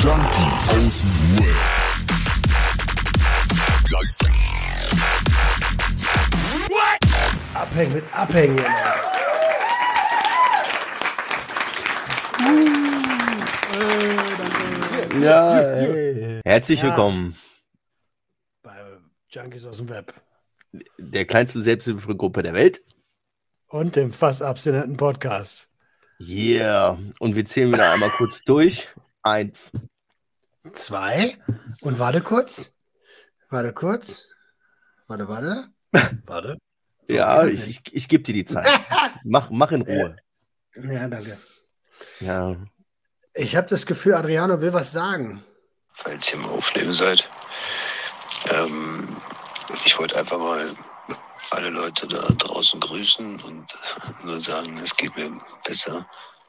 Junkies aus dem Web. Abhängen mit Abhängen. Ja, hey. Herzlich willkommen. Bei Junkies aus dem Web. Der kleinste Selbsthilfegruppe der Welt. Und dem fast abstinenten Podcast. Yeah. Und wir zählen wieder einmal kurz durch. 1. 2. Und warte kurz. Warte. Ja, ich gebe dir die Zeit. Mach in Ruhe. Ja, danke. Ja. Ich habe das Gefühl, Adriano will was sagen. Falls ihr im Aufnehmen seid. Ich wollte einfach mal alle Leute da draußen grüßen und nur sagen, es geht mir besser.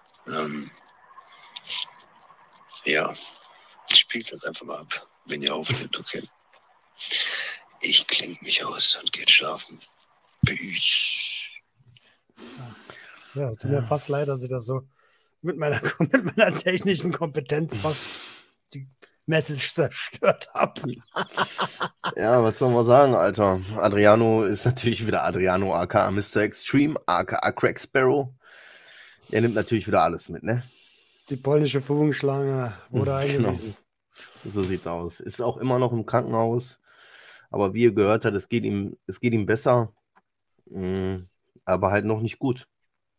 Ja, spielt das einfach mal ab, wenn ihr aufnehmt, okay? Ich klinge mich aus und geht schlafen. Peace. Ja, tut mir fast leid, dass ich das so mit meiner technischen Kompetenz fast die Message zerstört habe. Ja, was soll man sagen, Alter? Adriano ist natürlich wieder Adriano, aka Mr. Extreme, aka Crack Sparrow. Er nimmt natürlich wieder alles mit, ne? Die polnische Fugenschlange wurde eingewiesen. So sieht's aus. Ist auch immer noch im Krankenhaus. Aber wie ihr gehört habt, es geht ihm besser. Aber halt noch nicht gut.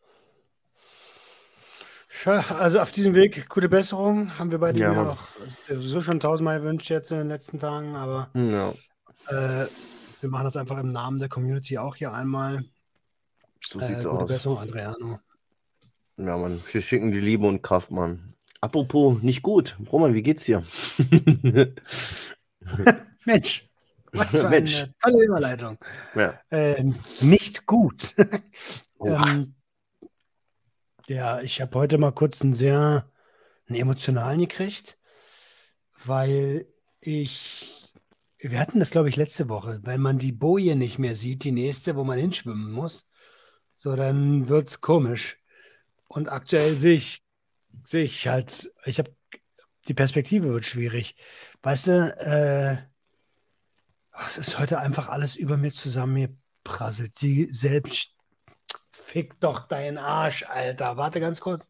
Also auf diesem Weg, gute Besserung. Haben wir bei dem Ja, ja Mann. auch so schon tausendmal gewünscht jetzt in den letzten Tagen. Aber Ja, wir machen das einfach im Namen der Community auch hier einmal. so sieht's Gute aus. Besserung, Adriano. Ja, Mann. Wir schicken die Liebe und Kraft, Mann. Apropos, nicht gut. Roman, wie geht's dir? Mensch, was für Mensch. eine tolle Überleitung. Ja. Nicht gut. Oha. Ja, ich habe heute mal kurz einen emotionalen gekriegt, weil wir hatten das, glaube ich, letzte Woche, wenn man die Boje nicht mehr sieht, die nächste, wo man hinschwimmen muss, so, dann wird's komisch. Und aktuell sehe ich halt, die Perspektive wird schwierig. Weißt du, es ist heute einfach alles über mir zusammengeprasselt. Die selbst Fick doch deinen Arsch, Alter. Warte ganz kurz.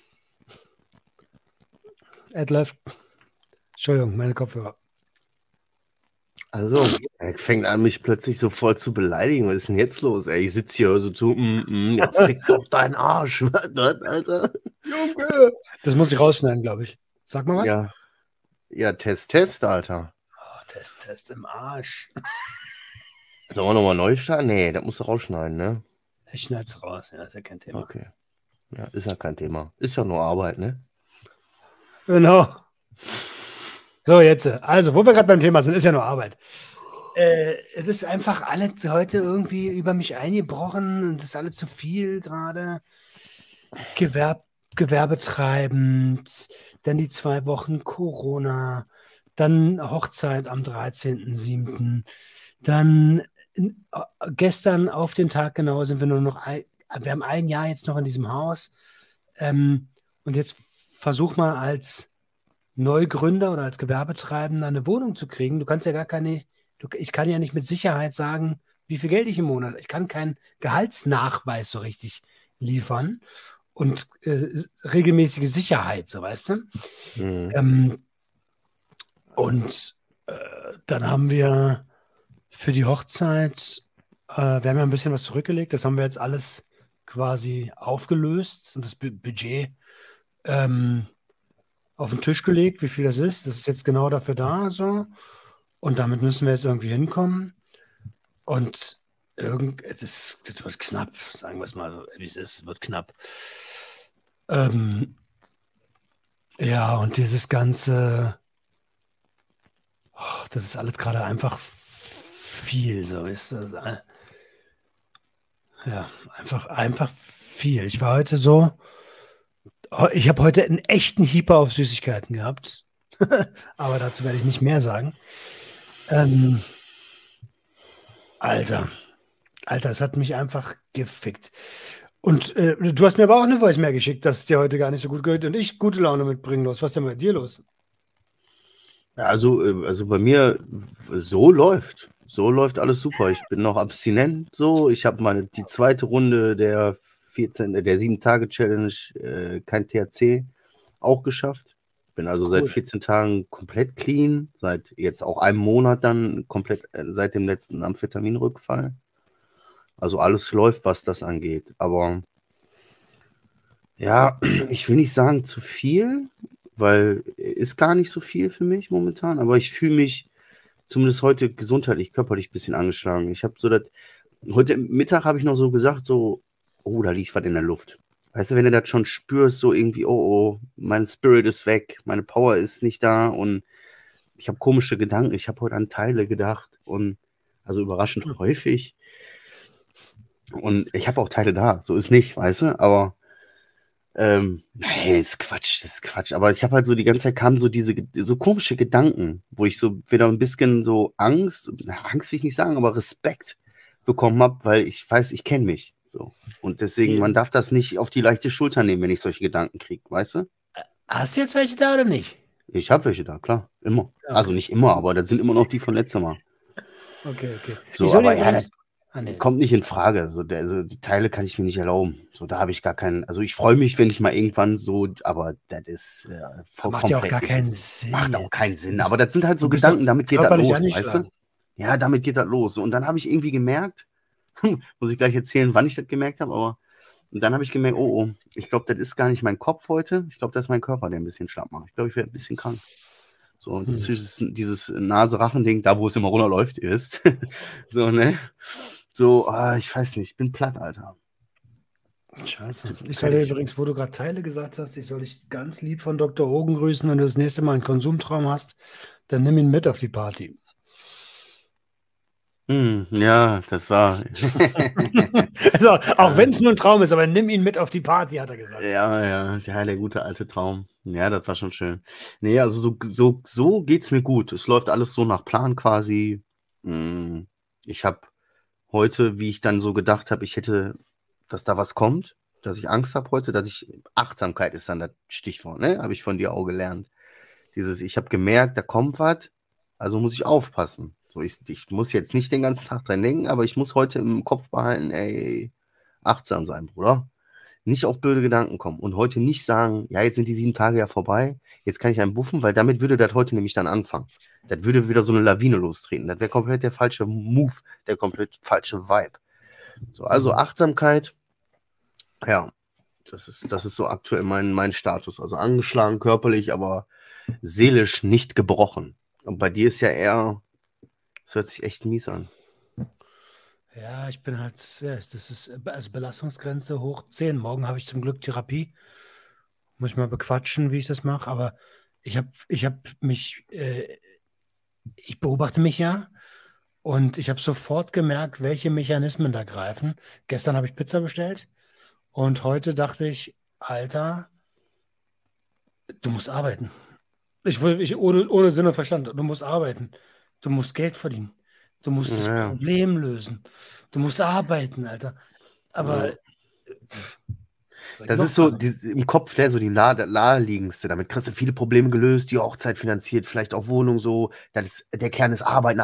Ed läuft. Entschuldigung, meine Kopfhörer. Also, er fängt an, mich plötzlich so voll zu beleidigen. Was ist denn jetzt los? Ey, ich sitze hier so zu, ja, fick doch deinen Arsch. Was, Alter? Junge! Das muss ich rausschneiden, glaube ich. Sag mal was. Ja, Test, Alter. Oh, Test im Arsch. Sollen wir nochmal neu starten? Nee, das musst du rausschneiden, ne? Ich schneid's raus, ja, ist ja kein Thema. Okay. Ja, ist ja kein Thema. Ist ja nur Arbeit, ne? Genau. So, jetzt. Also, wo wir gerade beim Thema sind, ist ja nur Arbeit. Es ist einfach alles heute irgendwie über mich eingebrochen und das ist alles zu viel gerade. Gewerbetreibend, dann die 2 Wochen Corona, dann Hochzeit am 13.07., dann gestern auf den Tag genau sind wir nur noch, wir haben 1 Jahr jetzt noch in diesem Haus und jetzt versuch mal als Neugründer oder als Gewerbetreibender eine Wohnung zu kriegen. Du kannst ja ich kann ja nicht mit Sicherheit sagen, wie viel Geld ich im Monat, ich kann keinen Gehaltsnachweis so richtig liefern und regelmäßige Sicherheit, so weißt du. Mhm. Dann haben wir für die Hochzeit, wir haben ja ein bisschen was zurückgelegt, das haben wir jetzt alles quasi aufgelöst und das Budget auf den Tisch gelegt, wie viel das ist. Das ist jetzt genau dafür da, so. Und damit müssen wir jetzt irgendwie hinkommen. Und das wird knapp, sagen wir es mal, wie es ist, wird knapp. Ja, und dieses Ganze, das ist alles gerade einfach viel, so ist das. Ja, einfach viel. Ich war heute so, ich habe heute einen echten Hieper auf Süßigkeiten gehabt, aber dazu werde ich nicht mehr sagen. Alter, es hat mich einfach gefickt. Und du hast mir aber auch eine Voice mehr geschickt, dass es dir heute gar nicht so gut geht und ich gute Laune mitbringen los. Was ist denn bei dir los? Also bei mir so läuft alles super. Ich bin noch abstinent so. Ich habe die zweite Runde der 7-Tage-Challenge, kein THC, auch geschafft. Bin also seit 14 Tagen komplett clean, seit jetzt auch einem Monat dann komplett seit dem letzten Amphetaminrückfall. Also alles läuft, was das angeht. Aber ja, ich will nicht sagen zu viel, weil ist gar nicht so viel für mich momentan. Aber ich fühle mich zumindest heute gesundheitlich, körperlich ein bisschen angeschlagen. Ich habe heute Mittag habe ich noch so gesagt, so, oh, da liegt was in der Luft. Weißt du, wenn du das schon spürst, so irgendwie, oh, mein Spirit ist weg, meine Power ist nicht da und ich habe komische Gedanken. Ich habe heute an Teile gedacht und also überraschend häufig. Und ich habe auch Teile da, so ist nicht, weißt du, aber nee, das ist Quatsch. Aber ich habe halt so die ganze Zeit kamen so diese so komische Gedanken, wo ich so wieder ein bisschen so Angst will ich nicht sagen, aber Respekt bekommen habe, weil ich weiß, ich kenne mich so. Und deswegen, man darf das nicht auf die leichte Schulter nehmen, wenn ich solche Gedanken kriege, weißt du? Hast du jetzt welche da oder nicht? Ich habe welche da, klar, immer. Okay. Also nicht immer, aber das sind immer noch die von letztem Mal. Okay. So, aber ja, das kommt nicht in Frage. Also die Teile kann ich mir nicht erlauben. So, da habe ich gar keinen. Also ich freue mich, wenn ich mal irgendwann so, aber das ist vollkommen. Macht ja auch gar keinen Sinn. Macht auch keinen Sinn. Aber das sind halt so Gedanken, damit geht das los, weißt du? Ja, damit geht das los. Und dann habe ich irgendwie gemerkt, muss ich gleich erzählen, wann ich das gemerkt habe, aber dann habe ich gemerkt, oh, ich glaube, das ist gar nicht mein Kopf heute. Ich glaube, das ist mein Körper, der ein bisschen schlapp macht. Ich glaube, ich werde ein bisschen krank. So, dieses Nase-Rachen-Ding, da wo es immer runterläuft, ist. So, ne? So, ich weiß nicht, ich bin platt, Alter. Scheiße. Ich soll dir übrigens, wo du gerade Teile gesagt hast, ich soll dich ganz lieb von Dr. Ogen grüßen. Wenn du das nächste Mal einen Konsumtraum hast, dann nimm ihn mit auf die Party. Ja, das war. Also, auch wenn es nur ein Traum ist, aber nimm ihn mit auf die Party, hat er gesagt. Ja, der gute alte Traum. Ja, das war schon schön. Nee, also so geht's mir gut. Es läuft alles so nach Plan quasi. Ich habe heute, wie ich dann so gedacht habe, dass da was kommt, dass ich Angst habe heute, Achtsamkeit ist dann das Stichwort, ne? Habe ich von dir auch gelernt. Ich habe gemerkt, da kommt was, also muss ich aufpassen. So, ich muss jetzt nicht den ganzen Tag dran denken, aber ich muss heute im Kopf behalten, ey, achtsam sein, Bruder. Nicht auf blöde Gedanken kommen und heute nicht sagen, ja, jetzt sind die 7 Tage ja vorbei, jetzt kann ich einen buffen, weil damit würde das heute nämlich dann anfangen. Das würde wieder so eine Lawine lostreten. Das wäre komplett der falsche Move, der komplett falsche Vibe. So, also Achtsamkeit, ja, das ist so aktuell mein Status. Also angeschlagen körperlich, aber seelisch nicht gebrochen. Und bei dir ist ja eher, das hört sich echt mies an. Ja, ich bin halt, das ist also Belastungsgrenze hoch 10. Morgen habe ich zum Glück Therapie. Muss ich mal bequatschen, wie ich das mache. Aber ich beobachte mich ja und ich habe sofort gemerkt, welche Mechanismen da greifen. Gestern habe ich Pizza bestellt und heute dachte ich, Alter, du musst arbeiten. Ohne Sinn und Verstand, du musst arbeiten. Du musst Geld verdienen. Du musst das Problem lösen. Du musst arbeiten, Alter. Aber das ist so im Kopf so die naheliegendste. Damit kriegst du viele Probleme gelöst, die Hochzeit finanziert, vielleicht auch Wohnung so. Der Kern ist Arbeiten.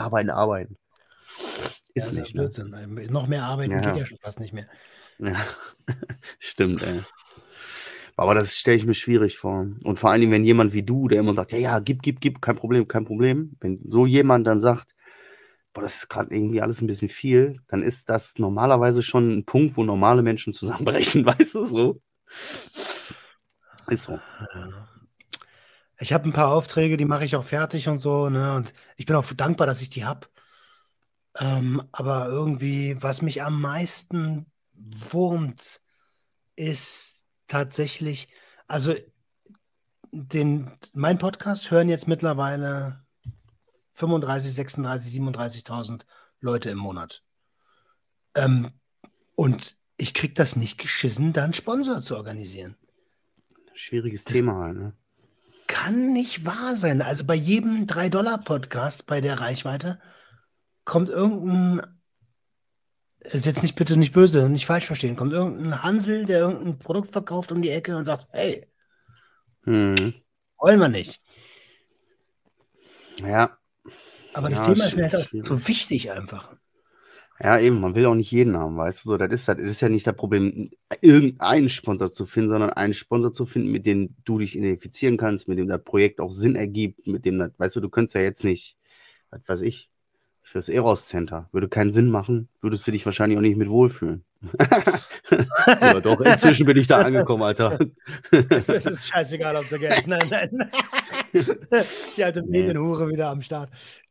Ist nicht, ne? Noch mehr arbeiten geht ja schon fast nicht mehr. Ja, stimmt, ey. Aber das stelle ich mir schwierig vor. Und vor allen Dingen, wenn jemand wie du, der immer sagt, ja, gib, kein Problem. Wenn so jemand dann sagt, boah, das ist gerade irgendwie alles ein bisschen viel, dann ist das normalerweise schon ein Punkt, wo normale Menschen zusammenbrechen, weißt du, so. Ist so. Ich habe ein paar Aufträge, die mache ich auch fertig und so, ne? Und ich bin auch dankbar, dass ich die habe. Aber irgendwie, was mich am meisten wurmt, ist tatsächlich, also mein Podcast hören jetzt mittlerweile 35, 36, 37.000 Leute im Monat. Und ich kriege das nicht geschissen, da einen Sponsor zu organisieren. Schwieriges Thema halt, ne? Kann nicht wahr sein. Also bei jedem 3-Dollar-Podcast bei der Reichweite kommt irgendein, ist jetzt bitte nicht böse, nicht falsch verstehen, kommt irgendein Hansel, der irgendein Produkt verkauft um die Ecke und sagt, hey, wollen wir nicht. Ja, Aber das ja, Thema ist mir halt auch schwierig. so wichtig einfach. Ja, eben, man will auch nicht jeden haben, weißt du, so, das ist ja nicht das Problem, irgendeinen Sponsor zu finden, sondern einen Sponsor zu finden, mit dem du dich identifizieren kannst, mit dem das Projekt auch Sinn ergibt, mit dem das, weißt du, du könntest ja jetzt nicht, was weiß ich, fürs Eros Center, würde keinen Sinn machen, würdest du dich wahrscheinlich auch nicht mit wohlfühlen. Oder doch, inzwischen bin ich da angekommen, Alter. Es ist scheißegal, ob du Geld ist. Nein, nein. Die alte Nee. Medienhure wieder am Start.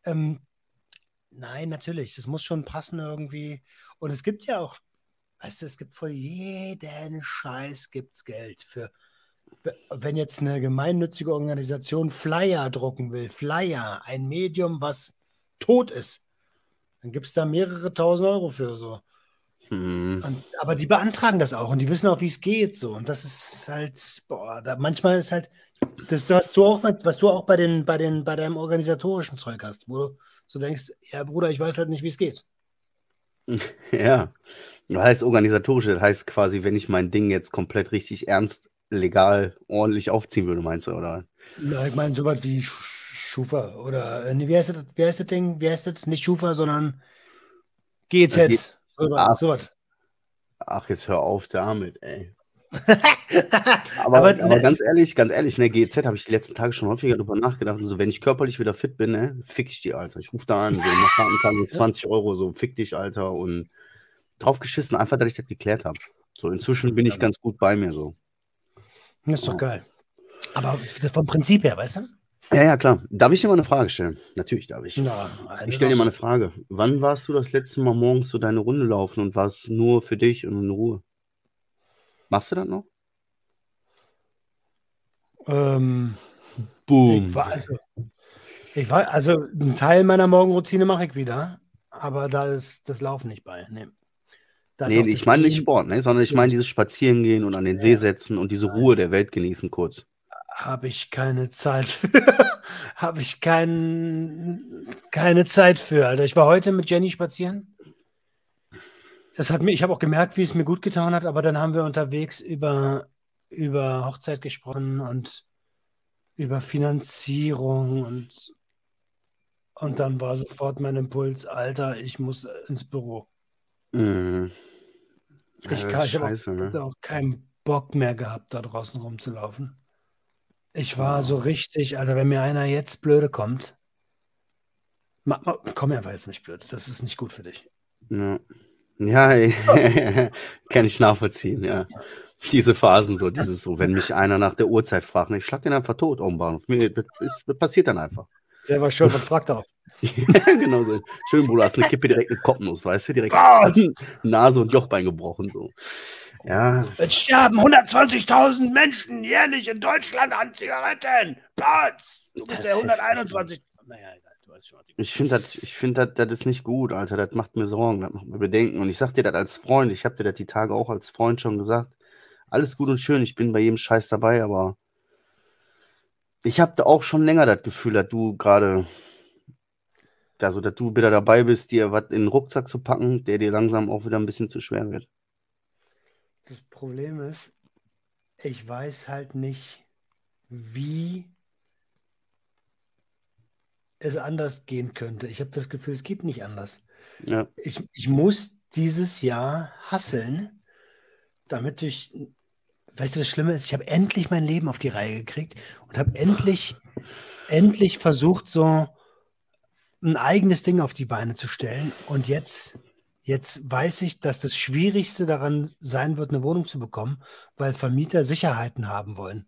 Nein, natürlich. Das muss schon passen irgendwie. Und es gibt ja auch, weißt du, es gibt für jeden Scheiß gibt's Geld. Wenn jetzt eine gemeinnützige Organisation Flyer drucken will, Flyer, ein Medium, was tot ist, dann gibt es da mehrere tausend Euro für so. Aber die beantragen das auch und die wissen auch, wie es geht so. Und das ist halt, boah, manchmal ist halt, das, was du auch bei deinem organisatorischen Zeug hast, wo du so denkst, ja Bruder, ich weiß halt nicht, wie es geht. Ja, das heißt organisatorisch, das heißt quasi, wenn ich mein Ding jetzt komplett richtig ernst, legal, ordentlich aufziehen würde, meinst du, oder? Na, ich meine, sowas wie Schufa oder, nee, wie heißt das Ding? Wie heißt das? Nicht Schufa, sondern GEZ. Sowas. Ach, jetzt hör auf damit, ey. Aber ganz ehrlich, ne, GEZ habe ich die letzten Tage schon häufiger drüber nachgedacht. Und so, wenn ich körperlich wieder fit bin, ne, fick ich die, Alter. Ich rufe da an, so, mach Karten 20 Euro, so, fick dich, Alter. Und drauf geschissen, einfach, dass ich das geklärt habe. So, inzwischen bin ich ganz gut bei mir, so. Das ist doch geil. Aber vom Prinzip her, weißt du? Ja, klar. Darf ich dir mal eine Frage stellen? Natürlich darf ich. Na, Ich stelle dir mal eine Frage. Wann warst du das letzte Mal morgens so deine Runde laufen und warst nur für dich und in Ruhe? Machst du das noch? Boom. Also einen Teil meiner Morgenroutine mache ich wieder, aber da ist das Laufen nicht bei. Nee, ich meine nicht Sport, ne, sondern ich meine dieses Spazierengehen und an den See setzen und diese Ruhe der Welt genießen kurz. Habe ich keine Zeit für. Habe ich keine Zeit für, Alter. Ich war heute mit Jenny spazieren. Ich habe auch gemerkt, wie es mir gut getan hat, aber dann haben wir unterwegs über Hochzeit gesprochen und über Finanzierung und dann war sofort mein Impuls, Alter, ich muss ins Büro. Mhm. Ich habe auch keinen Bock mehr gehabt, da draußen rumzulaufen. Ich war so richtig, Alter, wenn mir einer jetzt blöde kommt, komm mir einfach jetzt nicht blöd, das ist nicht gut für dich. Ja, kann ich nachvollziehen, ja. Diese Phasen so, wenn mich einer nach der Uhrzeit fragt, ich schlag den einfach tot am Bahnhof. Das passiert dann einfach. Selber schuld, man fragt auch. Genau so. Schön, Bruder, hast eine Kippe direkt in den Kopfnuss, weißt du? Direkt Nase und Jochbein gebrochen, so. Ja. Es sterben 120.000 Menschen jährlich in Deutschland an Zigaretten. Platz! Du bist der 121. Naja, egal, du weißt schon. Ich finde, das ist nicht gut, Alter. Das macht mir Sorgen, das macht mir Bedenken. Und ich sag dir das als Freund, ich habe dir das die Tage auch als Freund schon gesagt. Alles gut und schön, ich bin bei jedem Scheiß dabei, aber ich habe da auch schon länger das Gefühl, dass du gerade, dass du wieder dabei bist, dir was in den Rucksack zu packen, der dir langsam auch wieder ein bisschen zu schwer wird. Das Problem ist, ich weiß halt nicht, wie es anders gehen könnte. Ich habe das Gefühl, es geht nicht anders. Ja. Ich muss dieses Jahr hustlen, damit weißt du, das Schlimme ist, ich habe endlich mein Leben auf die Reihe gekriegt und habe endlich versucht, so ein eigenes Ding auf die Beine zu stellen. Und jetzt weiß ich, dass das Schwierigste daran sein wird, eine Wohnung zu bekommen, weil Vermieter Sicherheiten haben wollen.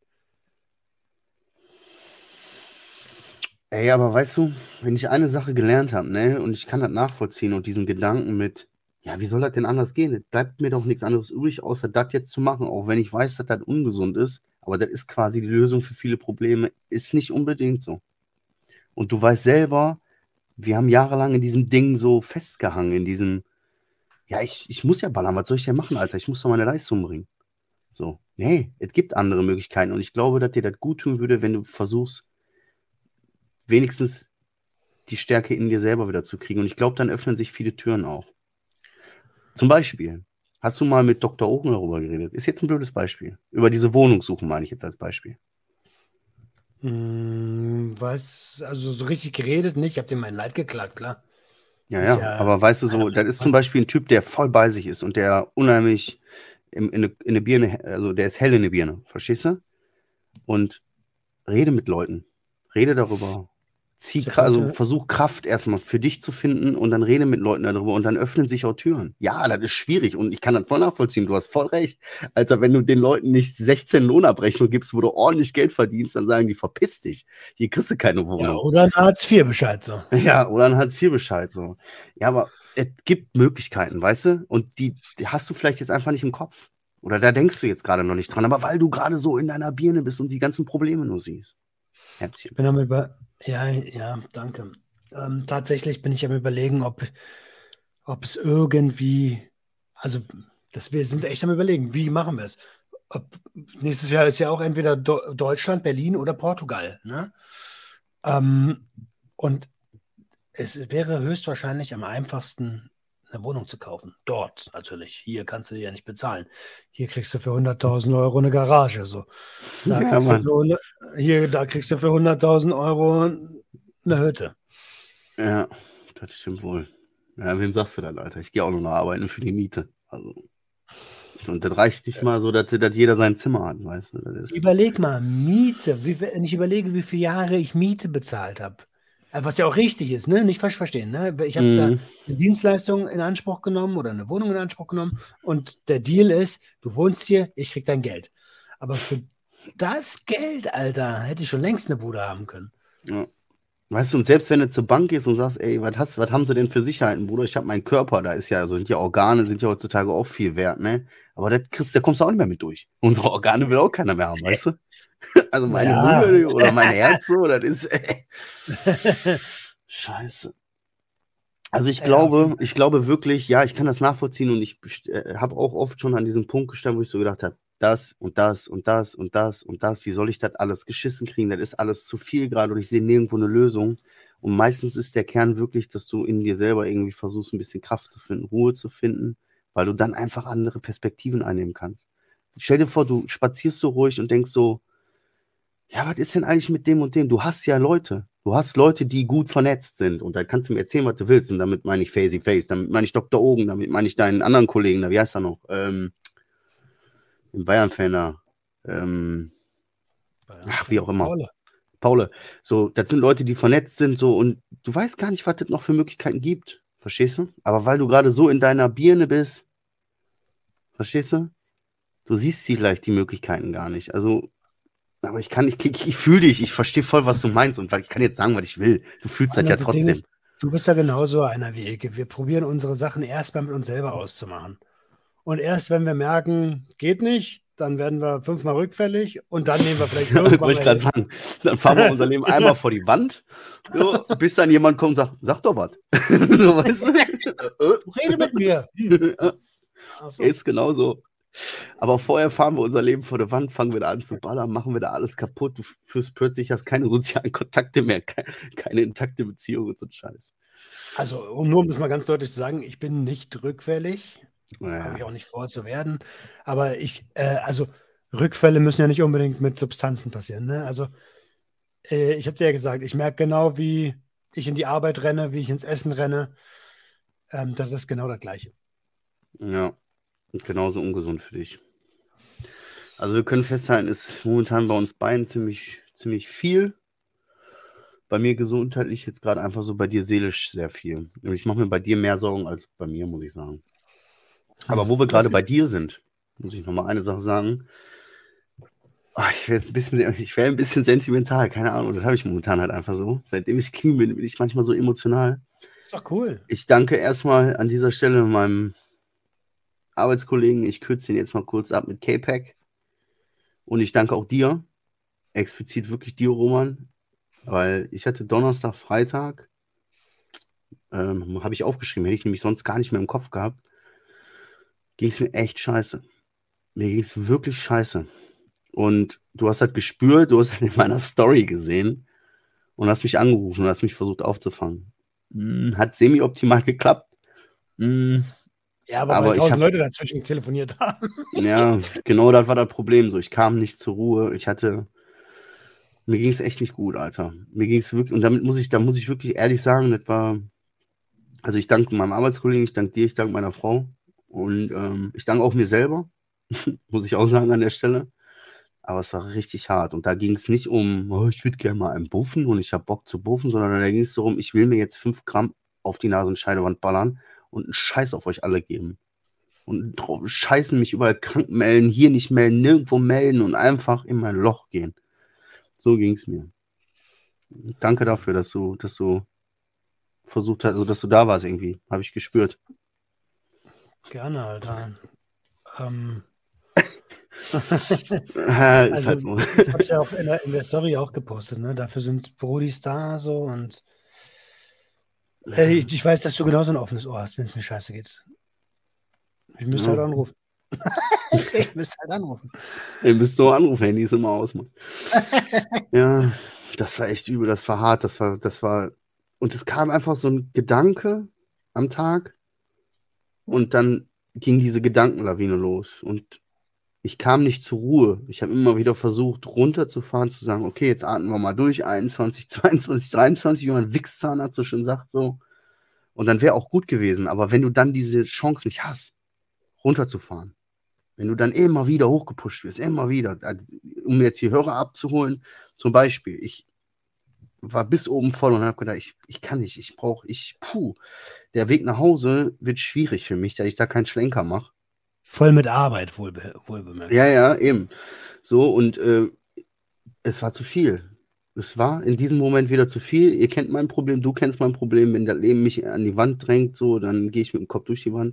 Ey, aber weißt du, wenn ich eine Sache gelernt habe, ne, und ich kann das nachvollziehen und diesen Gedanken mit, ja, wie soll das denn anders gehen? Es bleibt mir doch nichts anderes übrig, außer das jetzt zu machen, auch wenn ich weiß, dass das ungesund ist, aber das ist quasi die Lösung für viele Probleme, ist nicht unbedingt so. Und du weißt selber, wir haben jahrelang in diesem Ding so festgehangen, in diesem, ja, ich muss ja ballern, was soll ich denn machen, Alter? Ich muss doch meine Leistung bringen. So, nee, es gibt andere Möglichkeiten und ich glaube, dass dir das gut tun würde, wenn du versuchst, wenigstens die Stärke in dir selber wieder zu kriegen. Und ich glaube, dann öffnen sich viele Türen auch. Zum Beispiel, hast du mal mit Dr. Ochen darüber geredet? Ist jetzt ein blödes Beispiel. Über diese Wohnungssuche meine ich jetzt als Beispiel. Was, also so richtig geredet nicht. Ich habe dem mein Leid geklagt, klar. Ja, Ist ja, ja aber weißt du so, einer das ist zum Beispiel ein Typ, der voll bei sich ist und der unheimlich in eine Birne, also der ist hell in der Birne, verstehst du? Und rede mit Leuten, rede darüber. Ich habe Also heute, versuch Kraft erstmal für dich zu finden und dann rede mit Leuten darüber und dann öffnen sich auch Türen. Ja, das ist schwierig und ich kann das voll nachvollziehen. Du hast voll recht. Alter, wenn du den Leuten nicht 16 Lohnabrechnung gibst, wo du ordentlich Geld verdienst, dann sagen die, verpiss dich. Hier kriegst du keine ja, Wohnung. oder ein Hartz-IV-Bescheid so. Ja, oder ein Hartz-IV-Bescheid so. Ja, aber es gibt Möglichkeiten, weißt du? Und die hast du vielleicht jetzt einfach nicht im Kopf. Oder da denkst du jetzt gerade noch nicht dran, aber weil du gerade so in deiner Birne bist und die ganzen Probleme nur siehst. Herzchen. Ich bin am ja, danke. Tatsächlich bin ich am Überlegen, ob es irgendwie, also wir sind echt am Überlegen, wie machen wir es? Nächstes Jahr ist ja auch entweder Deutschland, Berlin oder Portugal, ne? Ähm, und es wäre höchstwahrscheinlich am einfachsten, eine Wohnung zu kaufen. Dort natürlich. Hier kannst du die ja nicht bezahlen. Hier kriegst du für 100.000 Euro eine Garage. So. Da Ja, kriegst du Mann. für, 100 da kriegst du für 100.000 Euro eine Hütte. Ja, das stimmt wohl. Ja, wem sagst du da, Alter? Ich gehe auch nur noch arbeiten für die Miete. Also, und das reicht nicht mal so, dass jeder sein Zimmer hat, weißt du? Das ist, Überleg mal, Miete. Wenn ich überlege, wie viele Jahre ich Miete bezahlt habe. Was ja auch richtig ist, ne? Nicht falsch verstehen. Ne? Ich habe da eine Dienstleistung in Anspruch genommen oder eine Wohnung in Anspruch genommen und der Deal ist, du wohnst hier, ich krieg dein Geld. Aber für das Geld, Alter, hätte ich schon längst eine Bude haben können. ja. Weißt du, und selbst wenn du zur Bank gehst und sagst, ey, was haben sie denn für Sicherheiten, Bruder? Ich habe meinen Körper, da ist ja, also sind ja Organe, sind ja heutzutage auch viel wert, ne? Aber da kommst du auch nicht mehr mit durch. Unsere Organe will auch keiner mehr haben, weißt du? Also meine Ja. Lunge oder mein Herz, so, das ist, scheiße. Also ich glaube wirklich, ja, ich kann das nachvollziehen und ich habe auch oft schon an diesem Punkt gestanden, wo ich so gedacht habe, das und das und das und das und das, wie soll ich das alles geschissen kriegen? Das ist alles zu viel gerade und ich sehe nirgendwo eine Lösung. Und meistens ist der Kern wirklich, dass du in dir selber irgendwie versuchst, ein bisschen Kraft zu finden, Ruhe zu finden, weil du dann einfach andere Perspektiven einnehmen kannst. Stell dir vor, du spazierst so ruhig und denkst so, ja, was ist denn eigentlich mit dem und dem? Du hast ja Leute. Du hast Leute, die gut vernetzt sind. Und da kannst du mir erzählen, was du willst. Und damit meine ich Facey Face, damit meine ich Dr. Ogen, damit meine ich deinen anderen Kollegen da, wie heißt er noch? Den Bayern-Fan da. Wie auch immer. Paul. So, das sind Leute, die vernetzt sind, so, und du weißt gar nicht, was es noch für Möglichkeiten gibt. Verstehst du? Aber weil du gerade so in deiner Birne bist, verstehst du? Du siehst vielleicht die Möglichkeiten gar nicht. Also, aber ich fühle dich, ich verstehe voll, was du meinst und weil ich kann jetzt sagen, was ich will. Du fühlst das ja trotzdem. Ist, du bist ja genauso einer wie ich. Wir probieren unsere Sachen erstmal mit uns selber auszumachen. Und erst wenn wir merken, geht nicht, dann werden wir 5-mal rückfällig und dann nehmen wir vielleicht irgendwann Wollte ich gerade sagen, dann fahren wir unser Leben einmal vor die Wand, so, bis dann jemand kommt und sagt, sag doch was. So, weißt du? Rede mit mir. So. Ist genauso. Aber vorher fahren wir unser Leben vor der Wand, fangen wir da an zu ballern, machen wir da alles kaputt. Du führst plötzlich, hast keine sozialen Kontakte mehr, keine intakte Beziehung und so ein Scheiß. Also, nur um es mal ganz deutlich zu sagen, ich bin nicht rückfällig. Naja. Habe ich auch nicht vor zu werden. Aber also Rückfälle müssen ja nicht unbedingt mit Substanzen passieren. Ne? Also, ich habe dir ja gesagt, ich merke genau, wie ich in die Arbeit renne, wie ich ins Essen renne. Das ist genau das Gleiche. Ja, und genauso ungesund für dich. Also wir können festhalten, ist momentan bei uns beiden ziemlich viel. Bei mir gesundheitlich jetzt gerade einfach so, bei dir seelisch sehr viel. Und ich mache mir bei dir mehr Sorgen als bei mir, muss ich sagen. Aber wo wir gerade bei dir sind, muss ich nochmal eine Sache sagen. Ich wäre ein bisschen sentimental, keine Ahnung. Das habe ich momentan halt einfach so. Seitdem ich clean bin ich manchmal so emotional. Ist doch cool. Ich danke erstmal an dieser Stelle meinem Arbeitskollegen. Ich kürze den jetzt mal kurz ab mit K-Pack. Und ich danke auch dir, explizit wirklich dir, Roman, weil ich hatte Donnerstag, Freitag, habe ich aufgeschrieben, hätte ich nämlich sonst gar nicht mehr im Kopf gehabt, ging es mir echt scheiße. Mir ging es wirklich scheiße. Und du hast halt gespürt, du hast halt in meiner Story gesehen und hast mich angerufen und hast mich versucht aufzufangen. Hat semi-optimal geklappt. Ja, aber weil 1000 Leute dazwischen telefoniert haben. Ja, genau, das war das Problem. So, ich kam nicht zur Ruhe. Ich hatte Mir ging es echt nicht gut, Alter. Mir ging es wirklich, und da muss ich wirklich ehrlich sagen, also ich danke meinem Arbeitskollegen, ich danke dir, ich danke meiner Frau und ich danke auch mir selber, muss ich auch sagen an der Stelle. Aber es war richtig hart. Und da ging es nicht um, oh, ich würde gerne mal einen buffen und ich habe Bock zu buffen, sondern da ging es darum, ich will mir jetzt 5 Gramm auf die Nasenscheidewand ballern und einen Scheiß auf euch alle geben. Und scheißen mich überall krank melden, hier nicht melden, nirgendwo melden und einfach in mein Loch gehen. So ging es mir. Danke dafür, dass du versucht hast, also dass du da warst irgendwie. Habe ich gespürt. Gerne, Alter. Ist Also, halt so. ich habe es ja auch in der Story auch gepostet, ne? Dafür sind Brodis da so und ich weiß, dass du genauso ein offenes Ohr hast, wenn es mir scheiße geht. Ich müsste halt Ja. anrufen. Ich müsste halt anrufen. Ihr müsst nur anrufen, Handy ist immer aus, Mann. Ja, das war echt übel, das war hart, das war. Und es kam einfach so ein Gedanke am Tag und dann ging diese Gedankenlawine los. Und ich kam nicht zur Ruhe. Ich habe immer wieder versucht, runterzufahren, zu sagen, okay, jetzt atmen wir mal durch, 21, 22, 23, wie mein Wichszahnarzt so schön sagt, so. Und dann wäre auch gut gewesen. Aber wenn du dann diese Chance nicht hast, runterzufahren, wenn du dann immer wieder hochgepusht wirst, immer wieder, um jetzt die Hörer abzuholen, zum Beispiel, ich war bis oben voll und habe gedacht, ich kann nicht, der Weg nach Hause wird schwierig für mich, da ich da keinen Schlenker mache. Voll mit Arbeit, wohlbemerkt. Ja, eben. So, und es war zu viel. Es war in diesem Moment wieder zu viel. Ihr kennt mein Problem, du kennst mein Problem. Wenn das Leben mich an die Wand drängt, so, dann gehe ich mit dem Kopf durch die Wand.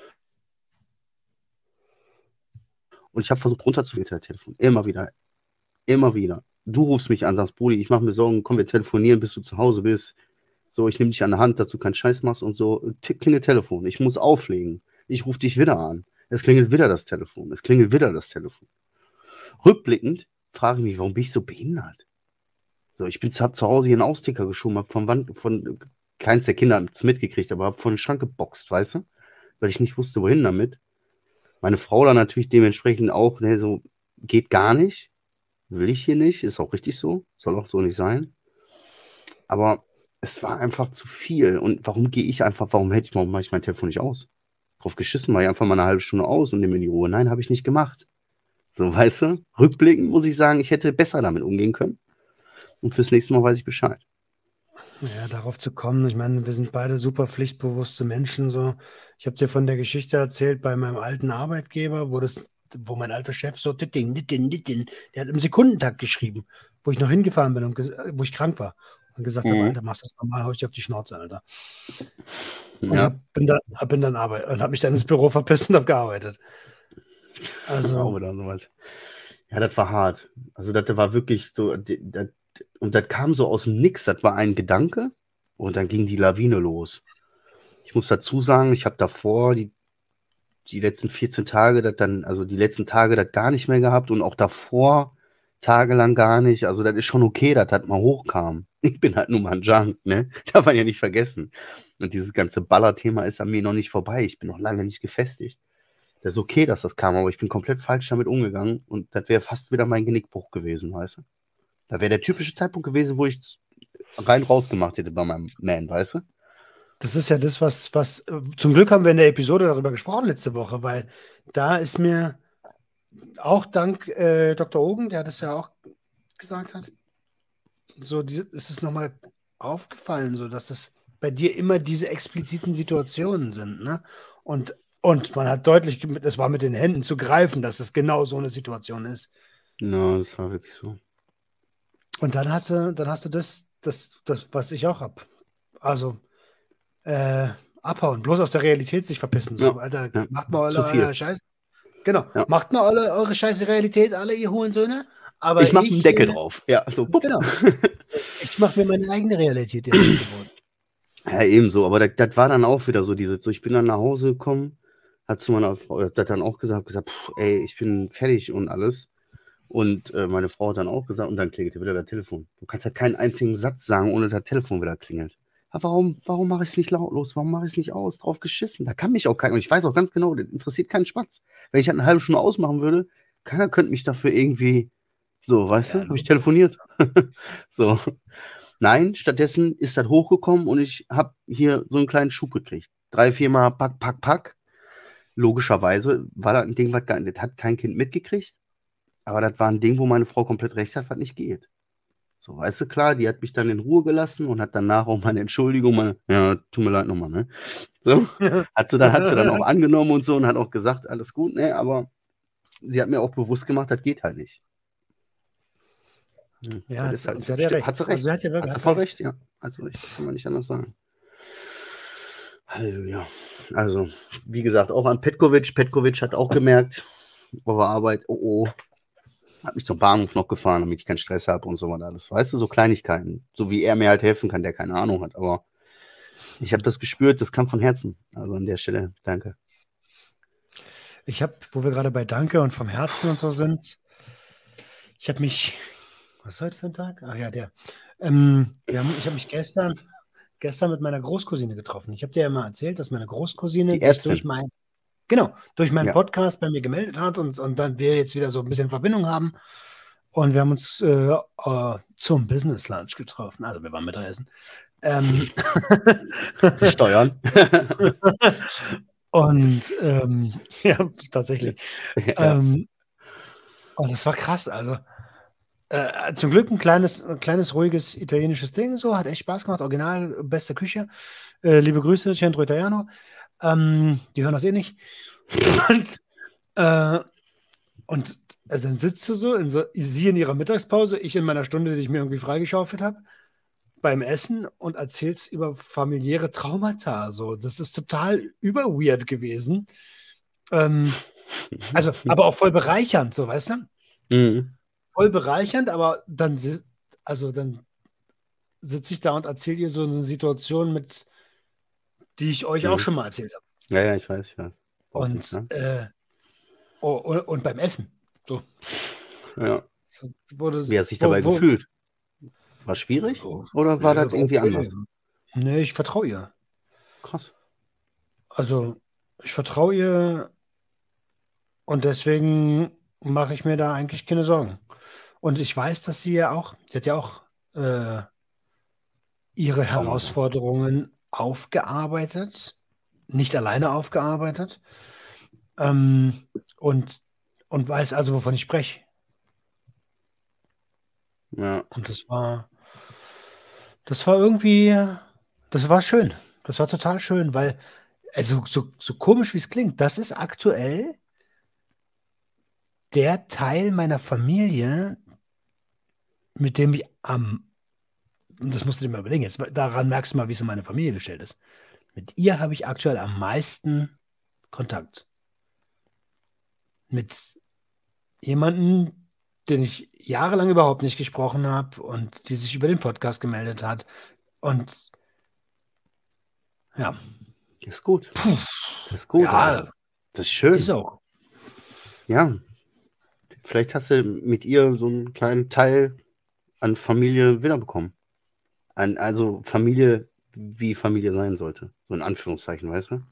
Und ich habe versucht, runterzufahren, das Telefon. Immer wieder. Immer wieder. Du rufst mich an, sagst, Brudi, ich mache mir Sorgen, komm, wir telefonieren, bis du zu Hause bist. So, ich nehme dich an der Hand, dass du keinen Scheiß machst und so. Klingelt Telefon. Ich muss auflegen. Ich rufe dich wieder an. Es klingelt wieder das Telefon. Es klingelt wieder das Telefon. Rückblickend frage ich mich, warum bin ich so behindert? So, ich habe zu Hause hier einen Austicker geschoben, habe keins der Kinder hat es mitgekriegt, aber habe von den Schrank geboxt, weißt du? Weil ich nicht wusste, wohin damit. Meine Frau dann natürlich dementsprechend auch, ne, so, geht gar nicht. Will ich hier nicht, ist auch richtig so, soll auch so nicht sein. Aber es war einfach zu viel. Und warum mache ich mein Telefon nicht aus? Drauf geschissen, mache ich einfach mal eine halbe Stunde aus und nehme mir die Ruhe. Nein, habe ich nicht gemacht. So, weißt du? Rückblickend muss ich sagen, ich hätte besser damit umgehen können. Und fürs nächste Mal weiß ich Bescheid. Ja, darauf zu kommen, ich meine, wir sind beide super pflichtbewusste Menschen. So. Ich habe dir von der Geschichte erzählt bei meinem alten Arbeitgeber, wo mein alter Chef so, der hat im Sekundentakt geschrieben, wo ich noch hingefahren bin und wo ich krank war. Und gesagt habe, Alter, machst du das normal, hau ich dir auf die Schnauze, Alter. Und Ja. bin dann habe mich dann ins Büro verpisst und habe gearbeitet. Also, Ja, das war hart. Also das war wirklich so, und das kam so aus dem Nix, das war ein Gedanke und dann ging die Lawine los. Ich muss dazu sagen, ich habe davor die letzten 14 Tage die letzten Tage das gar nicht mehr gehabt und auch davor tagelang gar nicht. Also das ist schon okay, dass das mal hochkam. Ich bin halt nur mal ein Junk, ne? Darf man ja nicht vergessen. Und dieses ganze Baller-Thema ist an mir noch nicht vorbei. Ich bin noch lange nicht gefestigt. Das ist okay, dass das kam, aber ich bin komplett falsch damit umgegangen und das wäre fast wieder mein Genickbruch gewesen, weißt du? Da wäre der typische Zeitpunkt gewesen, wo ich rein raus gemacht hätte bei meinem Man, weißt du? das ist ja das, was zum Glück haben wir in der Episode darüber gesprochen letzte Woche, weil da ist mir auch dank Dr. Ogen, der das ja auch gesagt hat, so ist es nochmal aufgefallen, so dass das bei dir immer diese expliziten Situationen sind, ne? Und man hat deutlich, es war mit den Händen zu greifen, dass es genau so eine Situation ist. Ja, das war wirklich so. Und dann hast du das, was ich auch habe. Also abhauen, bloß aus der Realität sich verpissen. So, Ja, Alter, ja, macht mal zu viel. eure Scheiß. Genau, Ja. macht mal eure scheiße Realität, alle ihr Hurensöhne. Aber ich mache einen Deckel drauf. Ja, so. Genau. Ich mache mir meine eigene Realität jetzt geboten. Ja, ebenso. Aber das war dann auch wieder so ich bin dann nach Hause gekommen, hat zu meiner Frau, hat dann auch gesagt, ey, ich bin fertig und alles. Und meine Frau hat dann auch gesagt, und dann klingelte wieder das Telefon. Du kannst ja keinen einzigen Satz sagen, ohne das Telefon wieder klingelt. Aber warum mache ich es nicht lautlos? Warum mache ich es nicht aus? Drauf geschissen. Da kann mich auch keiner. Und ich weiß auch ganz genau, das interessiert keinen Spatz. Wenn ich halt eine halbe Stunde ausmachen würde, keiner könnte mich dafür irgendwie, So, weißt du, habe ich telefoniert. So. Nein, stattdessen ist das hochgekommen und ich habe hier so einen kleinen Schub gekriegt. 3, 4 Mal pack, pack, pack. Logischerweise war das ein Ding, das hat kein Kind mitgekriegt, aber das war ein Ding, wo meine Frau komplett recht hat, was nicht geht. So, weißt du, klar, die hat mich dann in Ruhe gelassen und hat danach auch meine Entschuldigung, ja, tut mir leid nochmal, ne? So, hat sie dann auch angenommen und so und hat auch gesagt, alles gut, ne, aber sie hat mir auch bewusst gemacht, das geht halt nicht. Ja, das ist halt, und sie hat ja recht. hat sie recht. Also sie hat ja wirklich- hat sie voll recht, ja. Hat sie recht, kann man nicht anders sagen. Halleluja. Also, wie gesagt, auch an Petkovic. Petkovic hat auch gemerkt, auf der Arbeit, oh, hat mich zum Bahnhof noch gefahren, damit ich keinen Stress habe und so was alles. Weißt du, so Kleinigkeiten. So wie er mir halt helfen kann, der keine Ahnung hat. Aber ich habe das gespürt, das kam von Herzen. Also an der Stelle, danke. Ich habe, wo wir gerade bei Danke und vom Herzen und so sind, ich habe mich, was ist heute für ein Tag? Ach ja, der. Ich habe mich gestern mit meiner Großcousine getroffen. Ich habe dir ja mal erzählt, dass meine Großcousine Die sich Ärztin. durch meinen Ja. Podcast bei mir gemeldet hat und dann wir jetzt wieder so ein bisschen Verbindung haben. Und wir haben uns zum Business Lunch getroffen. Also wir waren Mittagessen. Steuern. Und ja, tatsächlich. Ja. Und das war krass. Also zum Glück ein kleines, ruhiges italienisches Ding. So, hat echt Spaß gemacht. Original, beste Küche. Liebe Grüße, Centro Italiano. Die hören das eh nicht. Und dann sitzt du sie in ihrer Mittagspause, ich in meiner Stunde, die ich mir irgendwie freigeschaufelt habe, beim Essen und erzählst über familiäre Traumata. So. Das ist total überweird gewesen. Also, aber auch voll bereichernd, so, weißt du? Mhm. Voll bereichernd, aber dann sitze ich da und erzähle dir so eine Situation mit, die ich euch auch schon mal erzählt habe. Ja, ich weiß. Brauchst Und, nicht, ne? und beim Essen. So. Ja. Wurde, Wie hat sich dabei gefühlt? War schwierig? Oder war das irgendwie anders? Nee, ich vertraue ihr. Krass. Also, ich vertraue ihr und deswegen mache ich mir da eigentlich keine Sorgen. Und ich weiß, dass sie hat ja auch ihre Herausforderungen aufgearbeitet, nicht alleine aufgearbeitet, und weiß also, wovon ich spreche. Ja. Und das war irgendwie, das war schön. Das war total schön, weil, also so komisch wie es klingt, das ist aktuell der Teil meiner Familie, mit dem ich das musst du dir mal überlegen, jetzt daran merkst du mal, wie es in meine Familie gestellt ist. Mit ihr habe ich aktuell am meisten Kontakt. Mit jemandem, den ich jahrelang überhaupt nicht gesprochen habe und die sich über den Podcast gemeldet hat. Und ja. Ist gut. Das ist gut. Ja, Alter. Das ist schön. ist auch. Ja. Vielleicht hast du mit ihr so einen kleinen Teil an Familie wiederbekommen. Also Familie, wie Familie sein sollte. So in Anführungszeichen, weißt du?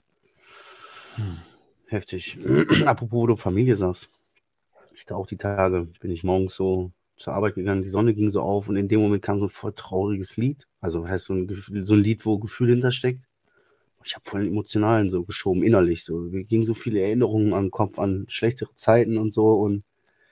Heftig. Apropos, wo du Familie sagst. Ich da auch die Tage, bin ich morgens so zur Arbeit gegangen, die Sonne ging so auf und in dem Moment kam so ein voll trauriges Lied. Also heißt so ein Lied, wo Gefühl hintersteckt. Ich habe voll den Emotionalen so geschoben, innerlich. So. Mir gingen so viele Erinnerungen an den Kopf, an schlechtere Zeiten und so und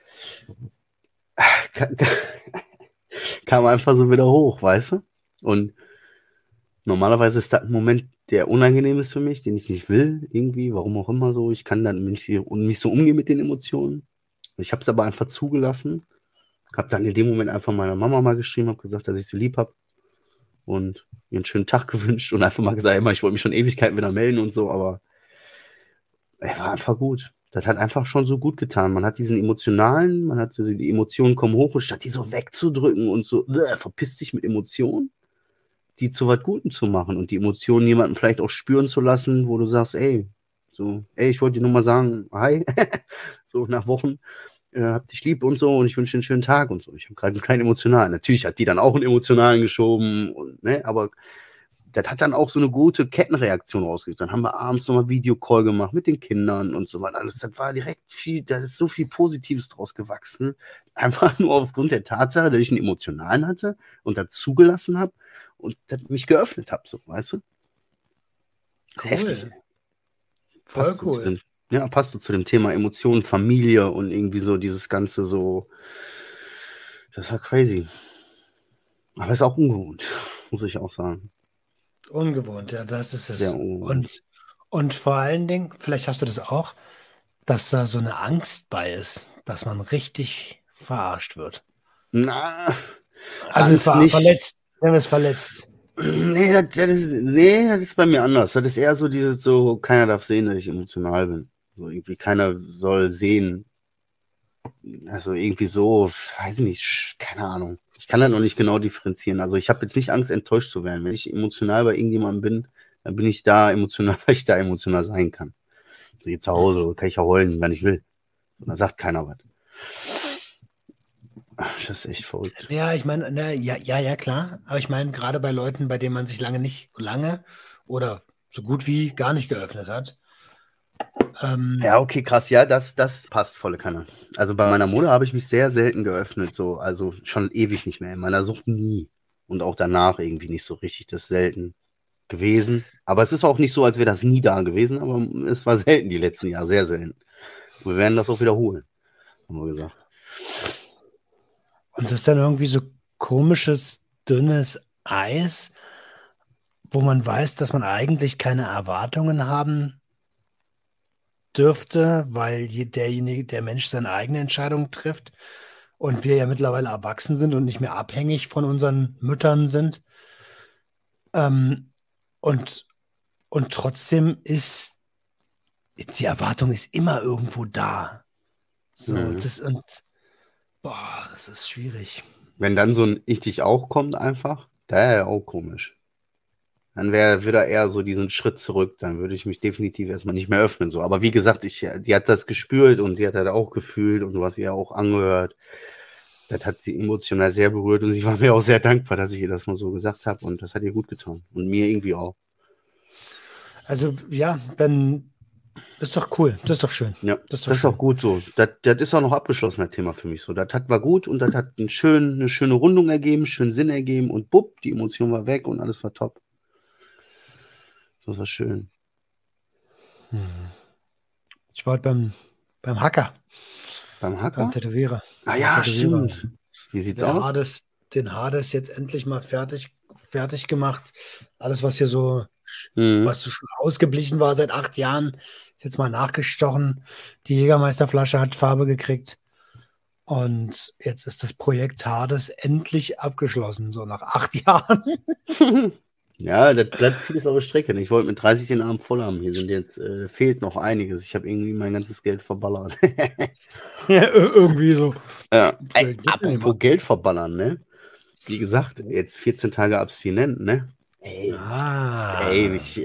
kam einfach so wieder hoch, weißt du? Und normalerweise ist das ein Moment, der unangenehm ist für mich, den ich nicht will, irgendwie, warum auch immer so. Ich kann dann nicht so umgehen mit den Emotionen. Ich habe es aber einfach zugelassen. Habe dann in dem Moment einfach meiner Mama mal geschrieben, habe gesagt, dass ich sie lieb habe und mir einen schönen Tag gewünscht und einfach mal gesagt, immer, ich wollte mich schon Ewigkeiten wieder melden und so, aber er war einfach gut. Das hat einfach schon so gut getan. Man hat diesen emotionalen, man hat so, die Emotionen kommen hoch und statt die so wegzudrücken und so, verpiss dich mit Emotionen, die zu was Gutem zu machen und die Emotionen jemanden vielleicht auch spüren zu lassen, wo du sagst, ey, ich wollte dir nur mal sagen, hi, so nach Wochen, hab dich lieb und so und ich wünsche dir einen schönen Tag und so. Ich habe gerade einen kleinen emotionalen. Natürlich hat die dann auch einen emotionalen geschoben, und, ne, aber das hat dann auch so eine gute Kettenreaktion rausgegeben. Dann haben wir abends nochmal Videocall gemacht mit den Kindern und so weiter. Alles, das war direkt da ist so viel Positives draus gewachsen. Einfach nur aufgrund der Tatsache, dass ich einen Emotionalen hatte und das zugelassen habe und das mich geöffnet habe, so, weißt du? Cool. Heftig. Voll Passt so zu cool. dem, ja, passt so zu dem Thema Emotionen, Familie und irgendwie so dieses Ganze so. Das war crazy. Aber ist auch ungewohnt, muss ich auch sagen. Ungewohnt, ja, das ist es. Sehr ungewohnt. Und vor allen Dingen, vielleicht hast du das auch, dass da so eine Angst bei ist, dass man richtig verarscht wird. Na, Also Angst nicht. verletzt, wenn wir es verletzt. Nee, das ist bei mir anders. Das ist eher so dieses so, keiner darf sehen, dass ich emotional bin. So irgendwie keiner soll sehen. Also irgendwie so, weiß ich nicht, keine Ahnung. Ich kann das noch nicht genau differenzieren. Also ich habe jetzt nicht Angst, enttäuscht zu werden. Wenn ich emotional bei irgendjemandem bin, dann bin ich da emotional, weil ich da emotional sein kann. Also hier zu Hause kann ich ja heulen, wenn ich will. Und da sagt keiner was. Das ist echt verrückt. Ja, ich meine, ja, klar. Aber ich meine, gerade bei Leuten, bei denen man sich lange oder so gut wie gar nicht geöffnet hat. Ja, okay, krass. Ja, das passt volle Kanne. Also bei meiner Mutter habe ich mich sehr selten geöffnet. So. Also schon ewig nicht mehr. In meiner Sucht nie. Und auch danach irgendwie nicht so richtig. Das ist selten gewesen. Aber es ist auch nicht so, als wäre das nie da gewesen. Aber es war selten die letzten Jahre. Sehr selten. Wir werden das auch wiederholen, haben wir gesagt. Und das ist dann irgendwie so komisches, dünnes Eis, wo man weiß, dass man eigentlich keine Erwartungen haben dürfte, weil der Mensch seine eigene Entscheidung trifft und wir ja mittlerweile erwachsen sind und nicht mehr abhängig von unseren Müttern sind. Und trotzdem ist die Erwartung ist immer irgendwo da. So, das ist schwierig. Wenn dann so ein Ich dich auch kommt einfach, da wäre ja auch komisch. Dann würde er eher so diesen Schritt zurück, dann würde ich mich definitiv erstmal nicht mehr öffnen. So. Aber wie gesagt, die hat das gespürt und sie hat das auch gefühlt und du hast ihr auch angehört. Das hat sie emotional sehr berührt und sie war mir auch sehr dankbar, dass ich ihr das mal so gesagt habe und das hat ihr gut getan. Und mir irgendwie auch. Also ja, dann ist doch cool, das ist doch schön. Ja, das ist auch gut so. Das ist auch noch abgeschlossen, das Thema für mich so. Das war gut und das hat eine schöne Rundung ergeben, schönen Sinn ergeben und bupp, die Emotion war weg und alles war top. Das war schön. Ich war heute beim Hacker. Beim Hacker? Beim Tätowierer. Ah ja, stimmt. Wie sieht's aus? Den Hades jetzt endlich mal fertig gemacht. Alles, was hier so, was so schon ausgeblichen war seit 8 Jahren, ist jetzt mal nachgestochen. Die Jägermeisterflasche hat Farbe gekriegt. Und jetzt ist das Projekt Hades endlich abgeschlossen, so nach 8 Jahren. Ja, das bleibt vieles auf der Strecke. Ich wollte mit 30 den Abend voll haben. Hier fehlt noch einiges. Ich habe irgendwie mein ganzes Geld verballert. Ja, irgendwie so. Ja. Apropos Geld verballern, ne? Wie gesagt, jetzt 14 Tage abstinent, ne? Ey, ich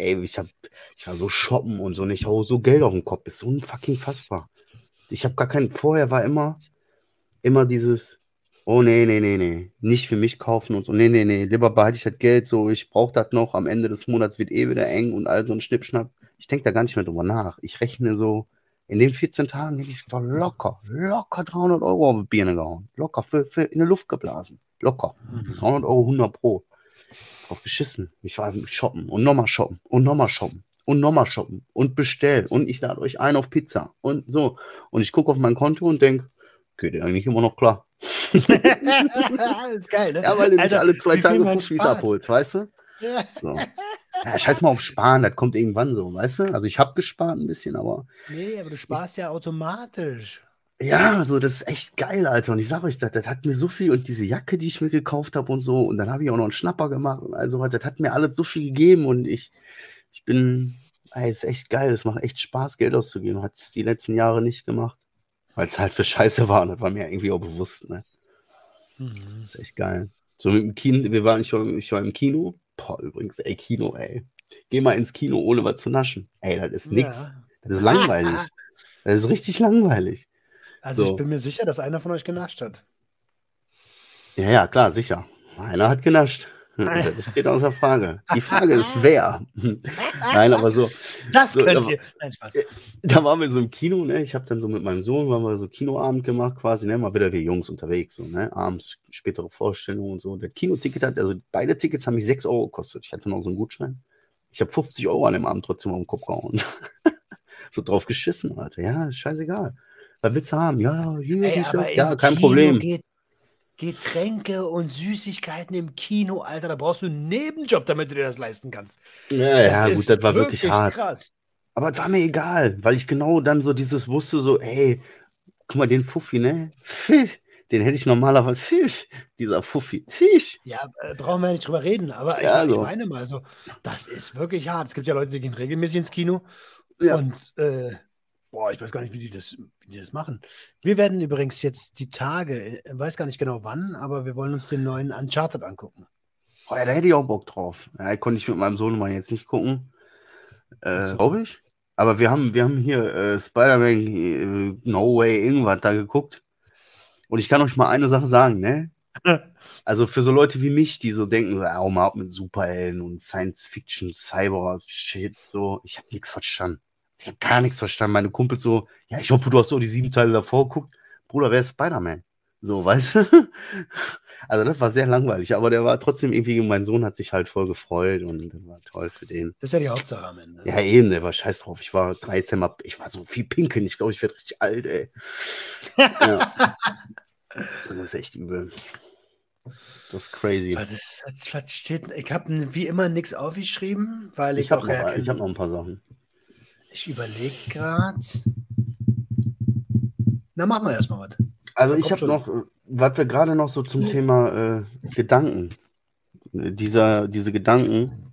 war so shoppen und so, und ich hau so Geld auf den Kopf. Ist so fucking fassbar. Ich habe vorher war immer dieses, oh nee, nicht für mich kaufen und so, nee, lieber behalte ich das Geld so, ich brauche das noch, am Ende des Monats wird wieder eng und all so ein Schnippschnapp. Ich denke da gar nicht mehr drüber nach. Ich rechne so, in den 14 Tagen hätte ich doch locker 300 Euro auf die Birne gehauen. Locker für in die Luft geblasen. Locker. 300 Euro, 100 Pro. Drauf geschissen. Ich war shoppen und nochmal shoppen und nochmal shoppen und nochmal shoppen und bestellen und ich lade euch ein auf Pizza und so. Und ich gucke auf mein Konto und denke, geht eigentlich immer noch klar. Das ist geil, ne? Ja, weil du nicht alle 2 Tage Profis abholst, weißt du? Ja. So. Ja, scheiß mal auf Sparen, das kommt irgendwann so, weißt du? Also ich habe gespart ein bisschen, aber... Nee, aber du sparst ja automatisch. Ja, so, das ist echt geil, Alter. Und ich sage euch, das hat mir so viel, und diese Jacke, die ich mir gekauft habe und so, und dann habe ich auch noch einen Schnapper gemacht und also, das hat mir alles so viel gegeben und ich bin, ist echt geil, es macht echt Spaß, Geld auszugeben. Hat es die letzten Jahre nicht gemacht, weil es halt für Scheiße war, und das war mir irgendwie auch bewusst, ne? Das ist echt geil. So mit dem Kino, ich war im Kino. Boah, übrigens, Kino, ey. Geh mal ins Kino, ohne was zu naschen. Ey, das ist nix. Das ist langweilig. Das ist richtig langweilig. Also So. ich bin mir sicher, dass einer von euch genascht hat. Ja, klar, sicher. Einer hat genascht. Das steht außer Frage. Die Frage ist, wer? Nein, aber so. Das so, könnt ihr. Nein, Spaß. Da waren wir so im Kino, ne? Ich habe dann so mit meinem Sohn, waren wir so Kinoabend gemacht quasi, ne? Mal wieder wir Jungs unterwegs, so, ne? Abends spätere Vorstellungen und so. Der Kinoticket hat, also beide Tickets haben mich 6 Euro gekostet. Ich hatte noch so einen Gutschein. Ich habe 50 Euro an dem Abend trotzdem auf den Kopf gehauen. So drauf geschissen, Alter. Ja, ist scheißegal. Was willst du haben? Ja, hier, Ey, siehst du? aber Ja, im kein Kino Problem. geht Getränke und Süßigkeiten im Kino, Alter, da brauchst du einen Nebenjob, damit du dir das leisten kannst. Ja, ist gut, das war wirklich hart. krass. Aber es war mir egal, weil ich genau dann so dieses wusste, so, ey, guck mal, den Fuffi, ne? Pfiff, den hätte ich normalerweise, pfiff, dieser Fuffi, pfiff. Ja, brauchen wir nicht drüber reden, aber Ja, ich so. meine mal so, das ist wirklich hart. Es gibt ja Leute, die gehen regelmäßig ins Kino Ja. und ich weiß gar nicht, wie die das machen. Wir werden übrigens jetzt die Tage, weiß gar nicht genau wann, aber wir wollen uns den neuen Uncharted angucken. Oh ja, da hätte ich auch Bock drauf. Ja, konnte ich mit meinem Sohn mal jetzt nicht gucken. So. Glaube ich. Aber wir haben hier Spider-Man No Way irgendwas da geguckt. Und ich kann euch mal eine Sache sagen, ne? Also für so Leute wie mich, die so denken, so, hau mal ab mit Superhelden und Science-Fiction, Cyber-Shit, so, ich habe nichts verstanden. Ich habe gar nichts verstanden. Meine Kumpels so, ja, ich hoffe, du hast so die 7 Teile davor geguckt. Bruder, wer ist Spider-Man? So, weißt du? Also das war sehr langweilig, aber der war trotzdem irgendwie, mein Sohn hat sich halt voll gefreut und das war toll für den. Das ist ja die Hauptsache am Ende. Ja, eben, der war scheiß drauf. Ich war 13 Mal, ich war so viel pinkeln. Ich glaube, ich werde richtig alt, ey. Ja. Das ist echt übel. Das ist crazy. Was steht, ich habe wie immer nichts aufgeschrieben, weil Ich ich habe auch hab noch ein paar Sachen. Ich überlege gerade. Na, machen wir erstmal was. Also Komm ich habe schon. noch, was wir gerade noch so zum Thema Gedanken, diese Gedanken,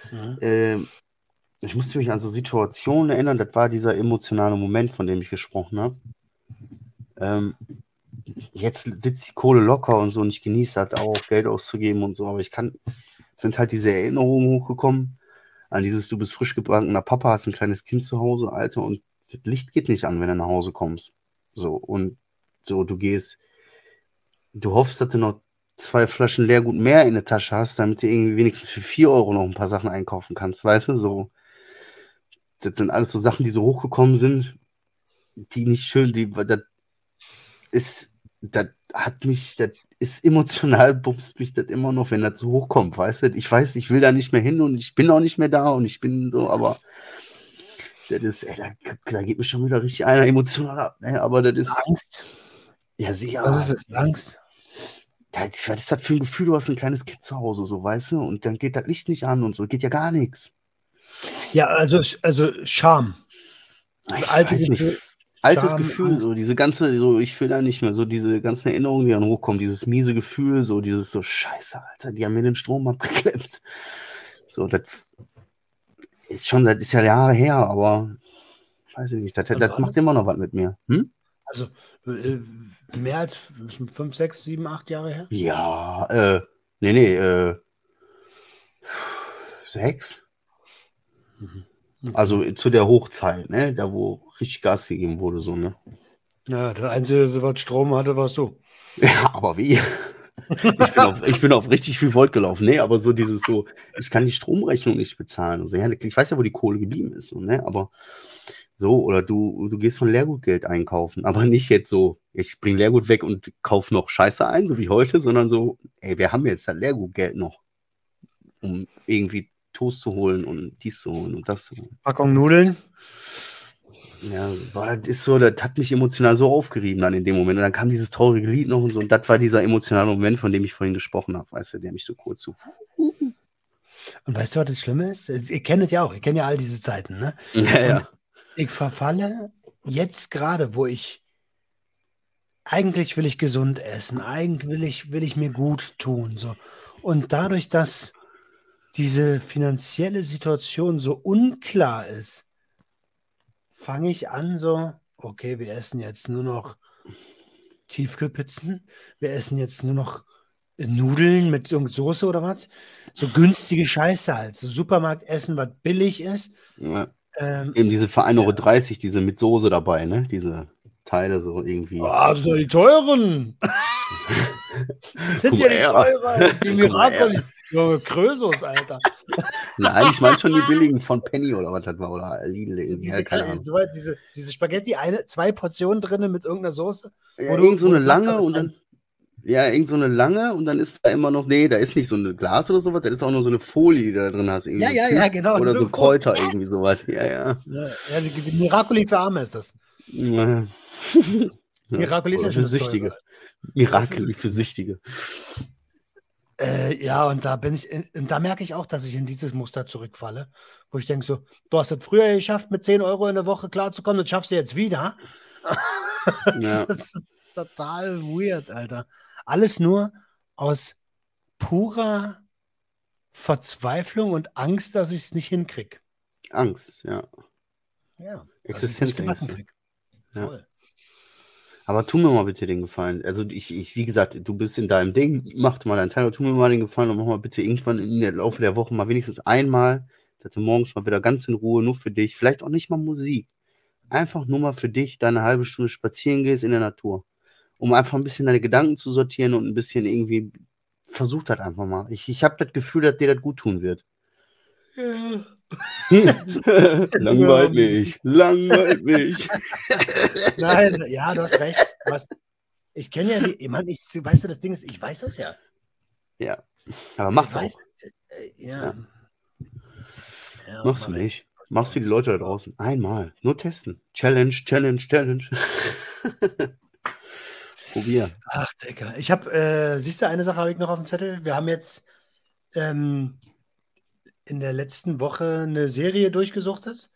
ich musste mich an so Situationen erinnern, das war dieser emotionale Moment, von dem ich gesprochen habe. Jetzt sitzt die Kohle locker und so und ich genieße halt auch, Geld auszugeben und so, aber sind halt diese Erinnerungen hochgekommen an dieses, du bist frisch gebackener Papa, hast ein kleines Kind zu Hause, Alter, und das Licht geht nicht an, wenn du nach Hause kommst. So, und so, du hoffst, dass du noch 2 Flaschen Leergut mehr in der Tasche hast, damit du irgendwie wenigstens für 4 Euro noch ein paar Sachen einkaufen kannst, weißt du, so. Das sind alles so Sachen, die so hochgekommen sind, die nicht schön, das ist emotional, bumst mich das immer noch, wenn das so hochkommt, weißt du? Ich weiß, ich will da nicht mehr hin und ich bin auch nicht mehr da und ich bin so, aber das ist, da geht mir schon wieder richtig einer emotional ab, ne? Aber das ist Angst. Ja, sicher. Was ist das? Angst? Was ist das für ein Gefühl, du hast ein kleines Kind zu Hause, so, weißt du? Und dann geht das Licht nicht an und so, geht ja gar nichts. Ja, also Scham. Ich Altes weiß nicht. Gefühl, Altes Scham, Gefühl, Angst. so diese ganze, so ich will da nicht mehr, so diese ganzen Erinnerungen, die dann hochkommen, dieses miese Gefühl, so dieses so, Scheiße, Alter, die haben mir den Strom abgeklemmt. So, das ist ja Jahre her, aber weiß ich nicht, das macht immer noch was mit mir. Hm? Also mehr als 5, 6, 7, 8 Jahre her? Ja, 6. Okay. Also zu der Hochzeit, ne? Da, wo richtig Gas gegeben wurde, so, ne? Ja, der Einzige, was Strom hatte, warst du. Ja, aber wie? Ich bin auf richtig viel Volt gelaufen. Nee, aber so dieses so, ich kann die Stromrechnung nicht bezahlen. Und so. Ja, ich weiß ja, wo die Kohle geblieben ist, so, ne? Aber so, oder du gehst von Leergutgeld einkaufen, aber nicht jetzt so, ich bring Leergut weg und kauf noch Scheiße ein, so wie heute, sondern so, ey, wir haben jetzt das Leergutgeld noch, um irgendwie Toast zu holen und dies zu holen und das zu holen. Packung Nudeln. Ja, boah, das ist so, das hat mich emotional so aufgerieben dann in dem Moment. Und dann kam dieses traurige Lied noch und so. Und das war dieser emotionale Moment, von dem ich vorhin gesprochen habe, weißt du, der mich so kurz so. Und weißt du, was das Schlimme ist? Ihr kennt es ja auch, ihr kennt ja all diese Zeiten, ne? Ja. Ich verfalle jetzt gerade, eigentlich will ich gesund essen, eigentlich will ich mir gut tun, so. Und dadurch, dass diese finanzielle Situation so unklar ist, fange ich an so, okay, wir essen jetzt nur noch Tiefkühlpizzen, wir essen jetzt nur noch Nudeln mit irgendeiner Soße oder was, so günstige Scheiße halt, so Supermarktessen, was billig ist. Ja. Eben diese für 1,30 €, diese mit Soße dabei, ne? Diese Teile so irgendwie. Oh, das sind die teuren. Das sind ja die teurer, die Miracolis. Junge, Krösus, Alter. Nein, ich meine schon die billigen von Penny oder was das war, oder Lidl irgendwie. Diese, Ja, keine Ahnung. du weißt, diese Spaghetti, zwei Portionen drin mit irgendeiner Soße. Ja, irgend so eine lange und dann. Ja, irgend so eine lange und dann ist da immer noch, nee, da ist nicht so ein Glas oder sowas, da ist auch nur so eine Folie, die da drin hast. Irgendwie Ja, genau. Oder so Kräuter, irgendwie sowas. Ja. Ja, die Miracoli für Arme ist das. Ja. Miracoli ist ja schon für Süchtige. Miracoli für Süchtige. Ja, und da merke ich auch, dass ich in dieses Muster zurückfalle, wo ich denke so, du hast es früher geschafft, mit 10 Euro in der Woche klarzukommen, das schaffst du jetzt wieder. Ja. Das ist total weird, Alter. Alles nur aus purer Verzweiflung und Angst, dass ich es nicht hinkriege. Angst, ja. Ja, Existenzängste. Ja. Voll. Aber tu mir mal bitte den Gefallen. Also wie gesagt, du bist in deinem Ding, mach mal deinen Teil, tu mir mal den Gefallen und mach mal bitte irgendwann im Laufe der Woche mal wenigstens einmal, dass du morgens mal wieder ganz in Ruhe, nur für dich, vielleicht auch nicht mal Musik. Einfach nur mal für dich da eine halbe Stunde spazieren gehst in der Natur. Um einfach ein bisschen deine Gedanken zu sortieren und ein bisschen irgendwie, versuch das einfach mal. Ich habe das Gefühl, dass dir das gut tun wird. Ja. Langweilt mich. Nein, ja, du hast recht. Ich kenne ja die, Mann, weißt du, das Ding ist, ich weiß das ja. Ja, aber mach's auch. Ja. Machst du nicht. Machst für die Leute da draußen. Einmal. Nur testen. Challenge. Probier. Ach, Digga. Ich habe, siehst du, eine Sache habe ich noch auf dem Zettel. Wir haben jetzt in der letzten Woche eine Serie durchgesuchtet.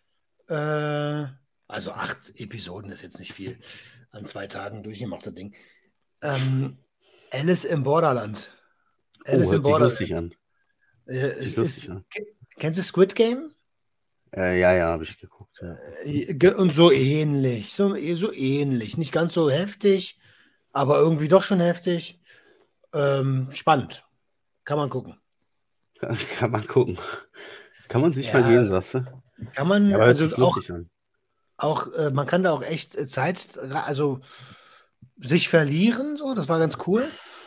Also 8 Episoden ist jetzt nicht viel. An 2 Tagen durchgemachtes Ding. Alice im Borderland. Hört sich lustig an. Kennst du Squid Game? Ja, habe ich geguckt. Ja. Und so ähnlich. So ähnlich. Nicht ganz so heftig, aber irgendwie doch schon heftig. Spannend. Kann man gucken. Kann man gucken. Kann man sich mal geben, sagst du? Kann man, ja, aber also hört sich lustig an. Man kann da auch echt Zeit, also sich verlieren, so, das war ganz cool.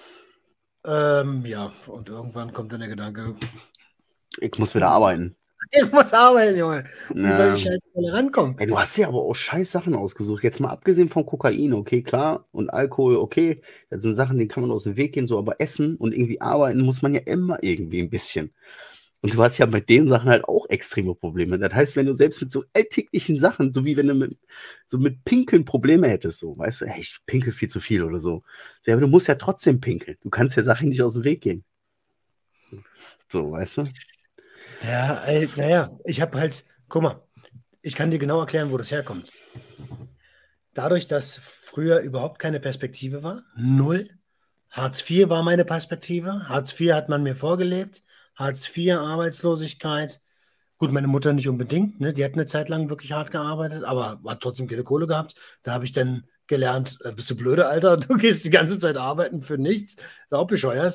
Ja, und irgendwann kommt dann der Gedanke, ich muss wieder arbeiten. Ich muss arbeiten, Junge. Wie soll ich scheiße rankommen? Ey, du hast ja aber auch scheiß Sachen ausgesucht. Jetzt mal abgesehen vom Kokain, okay, klar. Und Alkohol, okay. Das sind Sachen, denen kann man aus dem Weg gehen, so. Aber essen und irgendwie arbeiten muss man ja immer irgendwie ein bisschen. Und du hast ja mit den Sachen halt auch extreme Probleme. Das heißt, wenn du selbst mit so alltäglichen Sachen, so wie wenn du mit Pinkeln Probleme hättest, so, weißt du, hey, ich pinkel viel zu viel oder so. Ja, aber du musst ja trotzdem pinkeln. Du kannst ja Sachen nicht aus dem Weg gehen. So, weißt du? Ja, naja, ich habe halt, guck mal, ich kann dir genau erklären, wo das herkommt. Dadurch, dass früher überhaupt keine Perspektive war, null. Hartz IV war meine Perspektive. Hartz IV hat man mir vorgelebt. Hartz IV, Arbeitslosigkeit. Gut, meine Mutter nicht unbedingt, ne? Die hat eine Zeit lang wirklich hart gearbeitet, aber hat trotzdem keine Kohle gehabt. Da habe ich dann gelernt, bist du blöde, Alter? Du gehst die ganze Zeit arbeiten für nichts. Ist auch bescheuert.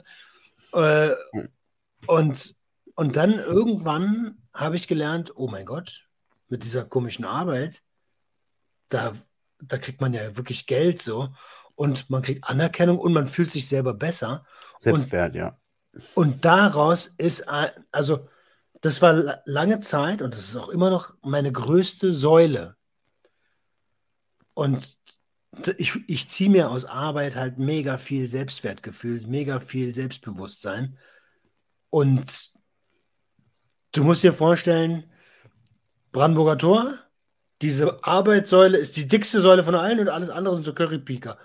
Und dann irgendwann habe ich gelernt, oh mein Gott, mit dieser komischen Arbeit, da kriegt man ja wirklich Geld so und man kriegt Anerkennung und man fühlt sich selber besser. Selbstwert, ja. Und daraus ist, also das war lange Zeit und das ist auch immer noch meine größte Säule. Und ich ziehe mir aus Arbeit halt mega viel Selbstwertgefühl, mega viel Selbstbewusstsein. Und du musst dir vorstellen, Brandenburger Tor, diese Arbeitssäule ist die dickste Säule von allen und alles andere sind so Currypiker.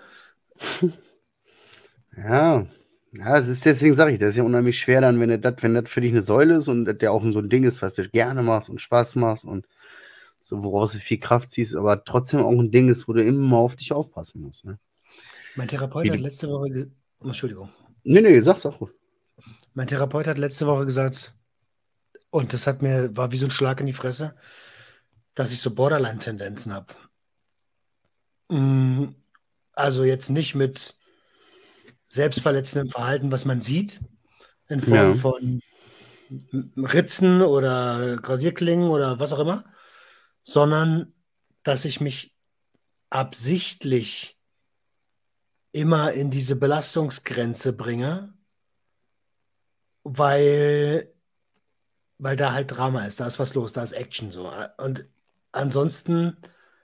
Ja, das ist, deswegen sage ich, das ist ja unheimlich schwer dann, wenn das für dich eine Säule ist und das ja auch so ein Ding ist, was du gerne machst und Spaß machst und so, woraus du viel Kraft ziehst, aber trotzdem auch ein Ding ist, wo du immer auf dich aufpassen musst. Ne? Mein Therapeut hat letzte Woche Entschuldigung. Nee, sag's auch. Mein Therapeut hat letzte Woche gesagt, und das war wie so ein Schlag in die Fresse, dass ich so Borderline-Tendenzen habe. Also jetzt nicht mit selbstverletzendem Verhalten, was man sieht, in Form von Ritzen oder Rasierklingen oder was auch immer, sondern dass ich mich absichtlich immer in diese Belastungsgrenze bringe, weil da halt Drama ist, da ist was los, da ist Action so. Und ansonsten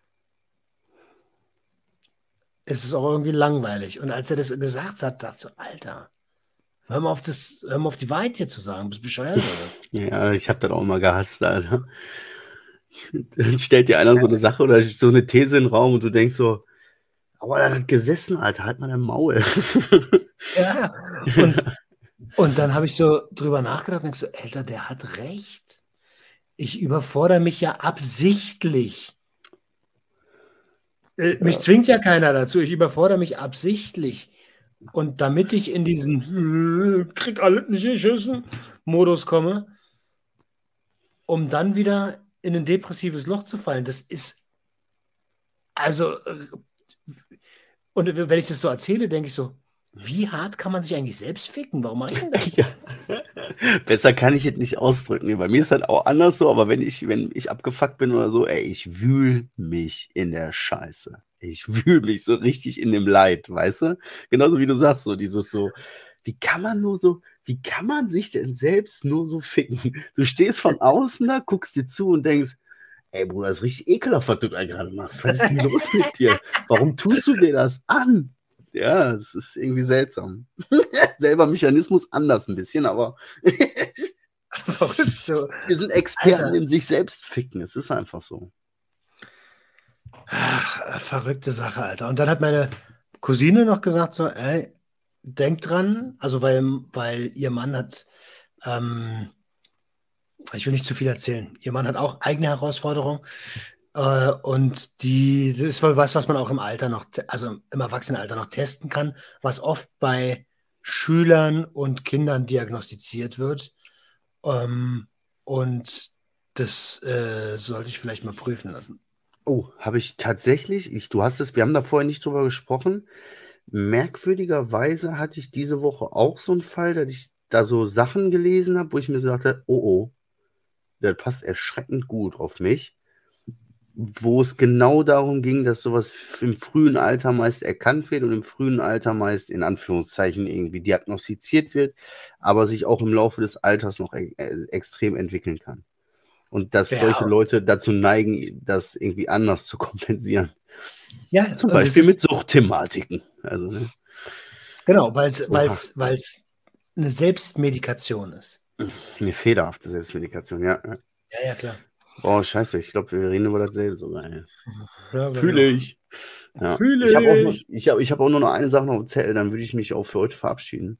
ist es auch irgendwie langweilig. Und als er das gesagt hat, dachte ich so, Alter, hör mal auf die Wahrheit hier zu sagen, bist du bescheuert oder was? Ja, ich habe das auch immer gehasst, Alter. Dann stellt dir einer so eine Sache oder so eine These in den Raum und du denkst so, aber er hat gesessen, Alter, halt mal dein Maul. Ja, und dann habe ich so drüber nachgedacht und denk so, Alter, der hat recht. Ich überfordere mich ja absichtlich. Mich zwingt ja keiner dazu. Ich überfordere mich absichtlich. Und damit ich in diesen krieg alles nicht geschissen Modus komme, um dann wieder in ein depressives Loch zu fallen, das ist also, und wenn ich das so erzähle, denke ich so, wie hart kann man sich eigentlich selbst ficken? Warum mache ich denn das? Ja. Besser kann ich es nicht ausdrücken. Bei mir ist das auch anders so, aber wenn ich abgefuckt bin oder so, ey, ich wühl mich in der Scheiße. Ich wühl mich so richtig in dem Leid, weißt du? Genauso wie du sagst, so dieses so, wie kann man sich denn selbst nur so ficken? Du stehst von außen da, guckst dir zu und denkst, ey Bruder, das ist richtig ekelhaft, was du da gerade machst. Was ist denn los mit dir? Warum tust du dir das an? Ja, es ist irgendwie seltsam. Selber Mechanismus anders ein bisschen, aber Verrückt. So. wir sind Experten Alter. in sich selbst ficken. Es ist einfach so. Ach, verrückte Sache, Alter. Und dann hat meine Cousine noch gesagt so, ey, denk dran, also weil ihr Mann hat, ich will nicht zu viel erzählen, ihr Mann hat auch eigene Herausforderungen und das ist wohl was man auch im Alter noch, also im Erwachsenenalter noch testen kann, was oft bei Schülern und Kindern diagnostiziert wird. Und das sollte ich vielleicht mal prüfen lassen. Oh, habe ich tatsächlich, wir haben da vorher nicht drüber gesprochen. Merkwürdigerweise hatte ich diese Woche auch so einen Fall, dass ich da so Sachen gelesen habe, wo ich mir so dachte, oh, das passt erschreckend gut auf mich. Wo es genau darum ging, dass sowas im frühen Alter meist erkannt wird und im frühen Alter meist in Anführungszeichen irgendwie diagnostiziert wird, aber sich auch im Laufe des Alters noch extrem entwickeln kann. Und dass solche Leute dazu neigen, das irgendwie anders zu kompensieren. Ja, zum Beispiel mit Suchtthematiken. Also, ne? Genau, weil es eine Selbstmedikation ist. Eine fehlerhafte Selbstmedikation, ja. Ja, klar. Oh, scheiße, ich glaube, wir reden über dasselbe sogar. Ja, Fühle ich. Ja. Ich hab auch nur noch eine Sache noch im Zettel, dann würde ich mich auch für heute verabschieden.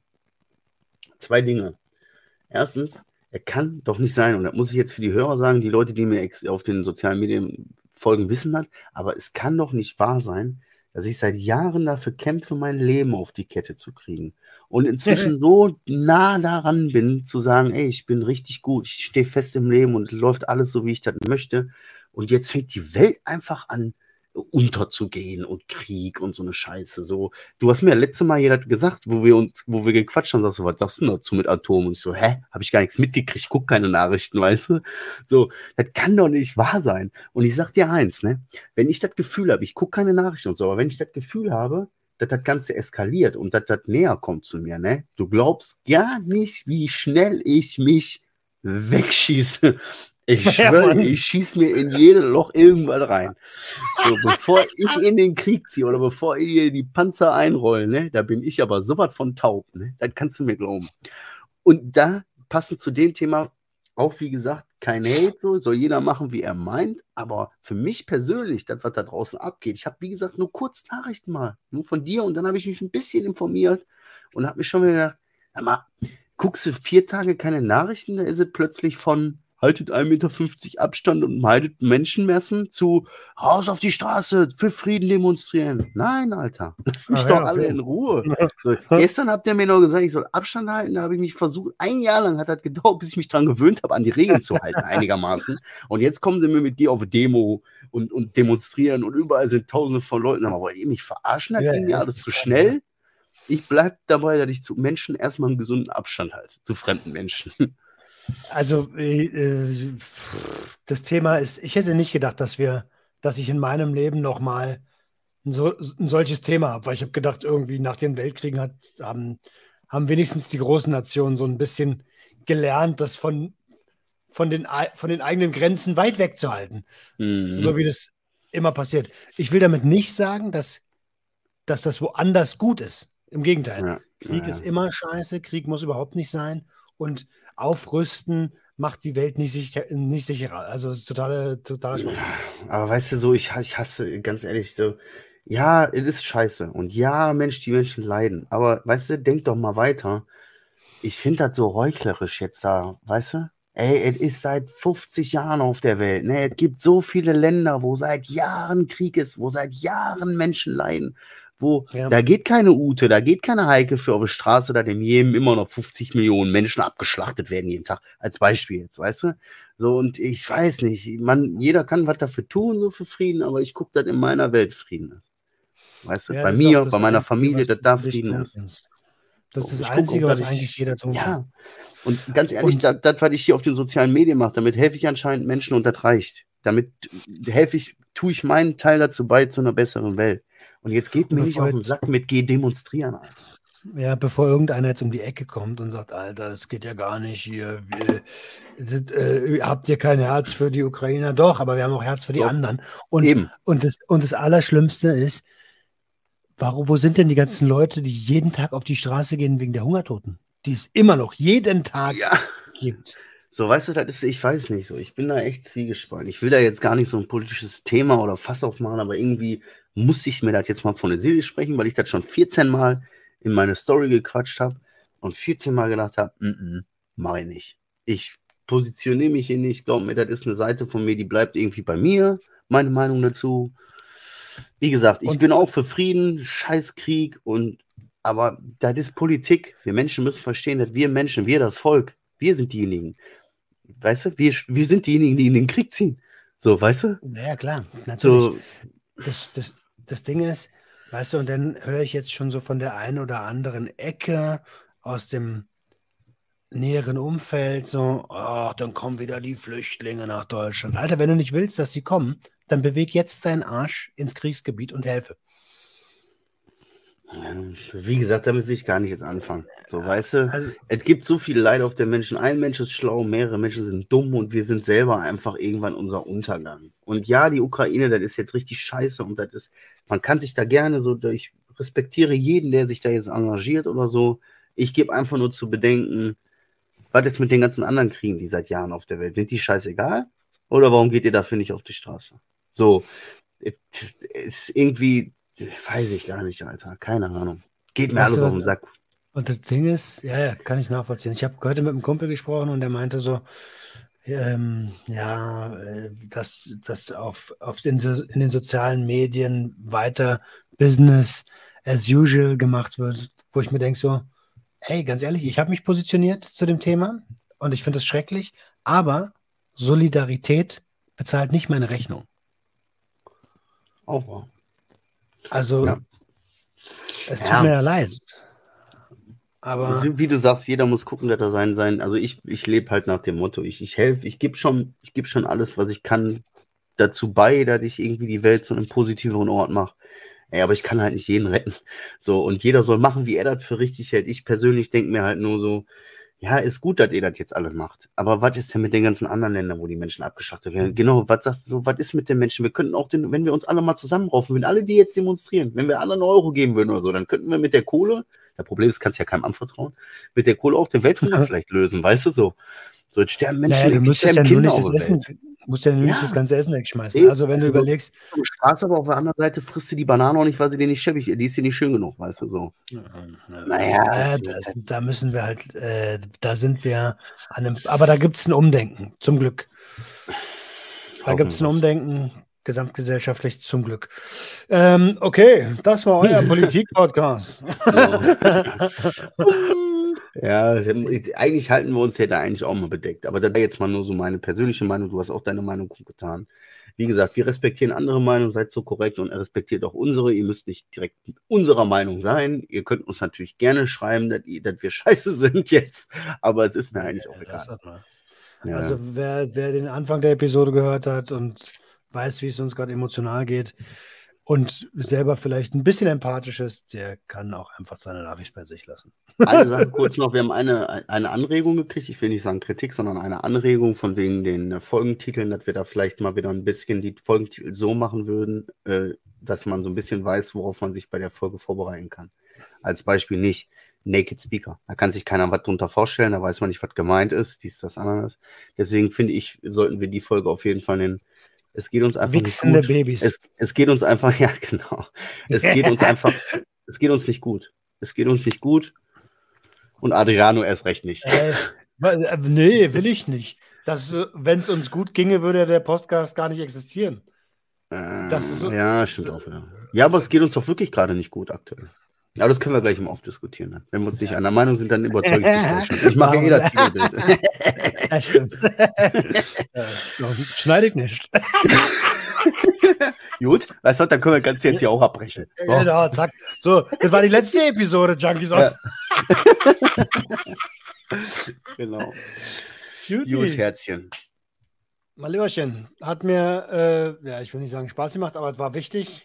2 Dinge. Erstens, er kann doch nicht sein, und das muss ich jetzt für die Hörer sagen, die Leute, die mir auf den sozialen Medien folgen, wissen das, aber es kann doch nicht wahr sein, dass ich seit Jahren dafür kämpfe, mein Leben auf die Kette zu kriegen. Und inzwischen so nah daran bin, zu sagen, ey, ich bin richtig gut, ich stehe fest im Leben und läuft alles so, wie ich das möchte. Und jetzt fängt die Welt einfach an, unterzugehen und Krieg und so eine Scheiße. So, du hast mir ja letztes Mal jeder gesagt, wo wir gequatscht haben, sagst du, was sagst du dazu mit Atom? Und ich so, habe ich gar nichts mitgekriegt, guck keine Nachrichten, weißt du? So, das kann doch nicht wahr sein. Und ich sag dir eins, ne, wenn ich das Gefühl habe, ich gucke keine Nachrichten und so, aber wenn ich das Gefühl habe, dass das Ganze eskaliert und dass das näher kommt zu mir, ne, du glaubst gar nicht, wie schnell ich mich wegschieße. Ich schwöre, ich schieße mir in jedes Loch irgendwann rein. So, bevor ich in den Krieg ziehe oder bevor ich die Panzer einrollen, ne, da bin ich aber sowas von taub. Ne? Das kannst du mir glauben. Und da, passend zu dem Thema, auch wie gesagt, kein Hate, so soll jeder machen, wie er meint. Aber für mich persönlich, das, was da draußen abgeht, ich habe, wie gesagt, nur kurz Nachrichten mal, nur von dir. Und dann habe ich mich ein bisschen informiert und habe mich schon wieder gedacht, sag mal, guckst du 4 Tage keine Nachrichten, da ist es plötzlich von haltet 1,50 Meter Abstand und meidet Menschenmassen zu raus auf die Straße, für Frieden demonstrieren. Nein, Alter, lasst mich doch alle in Ruhe. So, gestern habt ihr mir noch gesagt, ich soll Abstand halten, da habe ich mich versucht, 1 Jahr lang hat das gedauert, bis ich mich dran gewöhnt habe, an die Regeln zu halten, einigermaßen. Und jetzt kommen sie mir mit dir auf eine Demo und demonstrieren und überall sind Tausende von Leuten. Aber wollt ihr mich verarschen? Das ging mir alles zu schnell. Ich bleibe dabei, dass ich zu Menschen erstmal einen gesunden Abstand halte, zu fremden Menschen. Also das Thema ist, ich hätte nicht gedacht, dass ich in meinem Leben nochmal ein solches Thema habe, weil ich habe gedacht, irgendwie nach den Weltkriegen haben wenigstens die großen Nationen so ein bisschen gelernt, das von den eigenen Grenzen weit wegzuhalten, so Mhm. wie das immer passiert. Ich will damit nicht sagen, dass das woanders gut ist. Im Gegenteil. Ja, Krieg ist ja. immer scheiße, Krieg muss überhaupt nicht sein und Aufrüsten macht die Welt nicht sicherer. Also es ist totaler Schwachsinn. Aber weißt du, so, ich hasse, ganz ehrlich, so, ja, es ist scheiße. Und ja, Mensch, die Menschen leiden. Aber weißt du, denk doch mal weiter. Ich finde das so heuchlerisch jetzt da, weißt du? Ey, es ist seit 50 Jahren auf der Welt. Ne? Es gibt so viele Länder, wo seit Jahren Krieg ist, wo seit Jahren Menschen leiden. Ja. Da geht keine Ute, da geht keine Heike für auf die Straße, da dem Jemen immer noch 50 Millionen Menschen abgeschlachtet werden jeden Tag. Als Beispiel jetzt, weißt du? So, und ich weiß nicht, jeder kann was dafür tun, so für Frieden, aber ich gucke, dass in meiner Welt Frieden ist. Weißt du, Ja, bei das ist auch mir, das bei meiner Einzige, Familie, was dass du da für dich Frieden tun ist. kannst. Das So, ist das ich gucke auch, Einzige, dass was eigentlich jeder tun kann. ja, und ganz ehrlich, Und das, was ich hier auf den sozialen Medien mache, damit helfe ich anscheinend Menschen und das reicht. Damit tue ich meinen Teil dazu bei zu einer besseren Welt. Und jetzt geht mir nicht bevor auf den jetzt, Sack mit geh demonstrieren, Alter. ja, bevor irgendeiner jetzt um die Ecke kommt und sagt, Alter, das geht ja gar nicht hier. Habt ihr kein Herz für die Ukrainer? Doch, aber wir haben auch Herz für die Doch, anderen. eben. Und das Allerschlimmste ist, wo sind denn die ganzen Leute, die jeden Tag auf die Straße gehen wegen der Hungertoten? Die es immer noch jeden Tag Ja. gibt. So, weißt du, das ist, ich weiß nicht so. Ich bin da echt zwiegespalten. Ich will da jetzt gar nicht so ein politisches Thema oder Fass aufmachen, aber irgendwie muss ich mir das jetzt mal von der Seele sprechen, weil ich das schon 14 Mal in meine Story gequatscht habe und 14 Mal gedacht habe, mach ich nicht. Ich positioniere mich hier nicht. Glaub mir, das ist eine Seite von mir, die bleibt irgendwie bei mir. Meine Meinung dazu. Wie gesagt, ich Und bin auch für Frieden, scheiß Krieg aber das ist Politik. Wir Menschen müssen verstehen, dass wir Menschen, wir das Volk, wir sind diejenigen. Weißt du, wir sind diejenigen, die in den Krieg ziehen. So, weißt du? naja, klar, natürlich. So, Das Ding ist, weißt du, und dann höre ich jetzt schon so von der einen oder anderen Ecke aus dem näheren Umfeld so, ach, dann kommen wieder die Flüchtlinge nach Deutschland. Alter, wenn du nicht willst, dass sie kommen, dann beweg jetzt deinen Arsch ins Kriegsgebiet und helfe. wie gesagt, damit will ich gar nicht jetzt anfangen. So, weißt du, Also, es gibt so viel Leid auf den Menschen. Ein Mensch ist schlau, mehrere Menschen sind dumm und wir sind selber einfach irgendwann unser Untergang. Und ja, die Ukraine, das ist jetzt richtig scheiße und das ist, man kann sich da gerne so, ich respektiere jeden, der sich da jetzt engagiert oder so. Ich gebe einfach nur zu bedenken, was ist mit den ganzen anderen Kriegen, die seit Jahren auf der Welt? Sind die scheißegal? Oder warum geht ihr dafür nicht auf die Straße? So, ist irgendwie, weiß ich gar nicht, Alter. Keine Ahnung. Geht mir weißt alles du, auf den Sack. und das Ding ist, ja, kann ich nachvollziehen. Ich habe heute mit einem Kumpel gesprochen und der meinte so, dass in den sozialen Medien weiter Business as usual gemacht wird, wo ich mir denke so, hey, ganz ehrlich, ich habe mich positioniert zu dem Thema und ich finde es schrecklich, aber Solidarität bezahlt nicht meine Rechnung. Auch wahr. Also, Ja. es tut Ja. mir ja leid. Aber Wie du sagst, jeder muss gucken, dass er sein. Also ich lebe halt nach dem Motto, ich helfe, ich gebe schon alles, was ich kann, dazu bei, dass ich irgendwie die Welt zu einem positiveren Ort mache. Ey, aber ich kann halt nicht jeden retten. So, und jeder soll machen, wie er das für richtig hält. Ich persönlich denke mir halt nur so, ja, ist gut, dass ihr das jetzt alle macht. Aber was ist denn mit den ganzen anderen Ländern, wo die Menschen abgeschlachtet werden? Genau, was sagst du so, was ist mit den Menschen? Wir könnten auch, wenn wir uns alle mal zusammenraufen, wenn alle, die jetzt demonstrieren, wenn wir alle einen Euro geben würden oder so, dann könnten wir mit der Kohle, das Problem ist, kannst ja keinem anvertrauen, mit der Kohle auch den Welthunger vielleicht lösen, weißt du so. So, jetzt sterben Menschen, naja, du müsstest sterben ja nur Kinder nicht auf das der Essen, Welt. musst ja nur nicht Ja. das ganze Essen wegschmeißen. Eben. Also wenn du Also, überlegst, auf der Straße, aber auf der anderen Seite frisst du die Banane auch nicht, weil sie dir nicht schäbig, die ist dir nicht schön genug, weißt du so. Naja, da müssen wir halt, da sind wir an einem, aber da gibt es ein Umdenken, zum Glück. Da gibt es ein Umdenken, gesamtgesellschaftlich zum Glück. Okay, das war euer Politik-Podcast. Ja, eigentlich halten wir uns ja da eigentlich auch mal bedeckt. Aber da jetzt mal nur so meine persönliche Meinung. Du hast auch deine Meinung getan. Wie gesagt, wir respektieren andere Meinungen, seid so korrekt und respektiert auch unsere. Ihr müsst nicht direkt unserer Meinung sein. Ihr könnt uns natürlich gerne schreiben, dass wir scheiße sind jetzt. Aber es ist mir eigentlich auch egal. Ja. Also wer den Anfang der Episode gehört hat und weiß, wie es uns gerade emotional geht und selber vielleicht ein bisschen empathisch ist, der kann auch einfach seine Nachricht bei sich lassen. Eine Sache kurz noch, wir haben eine Anregung gekriegt, ich will nicht sagen Kritik, sondern eine Anregung von wegen den Folgentiteln, dass wir da vielleicht mal wieder ein bisschen die Folgentitel so machen würden, dass man so ein bisschen weiß, worauf man sich bei der Folge vorbereiten kann. Als Beispiel nicht Naked Speaker. Da kann sich keiner was drunter vorstellen, da weiß man nicht, was gemeint ist, dies, das, anderes. Deswegen finde ich, sollten wir die Folge auf jeden Fall nennen. Es geht uns einfach Wichsende nicht gut. Babys. Es geht uns einfach, ja genau. Es geht uns nicht gut. Es geht uns nicht gut. Und Adriano erst recht nicht. Nee, will ich nicht. Wenn es uns gut ginge, würde der Podcast gar nicht existieren. Das ist so, ja, stimmt auch wieder. Ja, aber es geht uns doch wirklich gerade nicht gut aktuell. Aber das können wir gleich im Off diskutieren. Dann. Wenn wir uns nicht einer Meinung sind, dann überzeuge ich dich. Ich mache das Titelbild. Ja, stimmt. Schneide ich nicht. Gut, weißt du, dann können wir ganz jetzt hier auch abbrechen. So. Genau, zack. So, das war die letzte Episode, Junkies aus. Genau. Gut, Herzchen. Mein Lieberchen, hat mir, ich will nicht sagen Spaß gemacht, aber es war wichtig.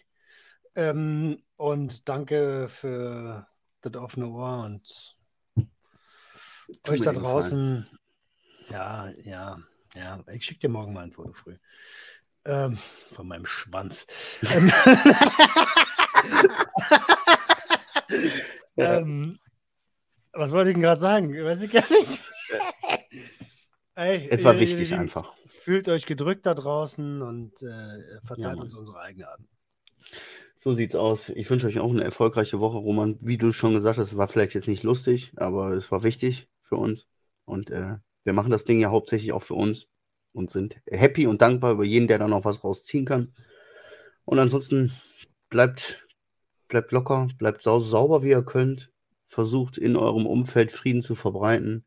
Und danke für das offene Ohr und euch da draußen. Ja. Ich schicke dir morgen mal ein Foto früh. Von meinem Schwanz. Was wollte ich denn gerade sagen? Weiß ich gar nicht. Es war wichtig einfach. Fühlt euch gedrückt da draußen und verzeiht uns unsere Eigenarten. So sieht's aus. Ich wünsche euch auch eine erfolgreiche Woche, Roman. Wie du schon gesagt hast, war vielleicht jetzt nicht lustig, aber es war wichtig für uns. Und wir machen das Ding ja hauptsächlich auch für uns und sind happy und dankbar über jeden, der da noch was rausziehen kann. Und ansonsten bleibt locker, bleibt sauber, wie ihr könnt. Versucht in eurem Umfeld Frieden zu verbreiten.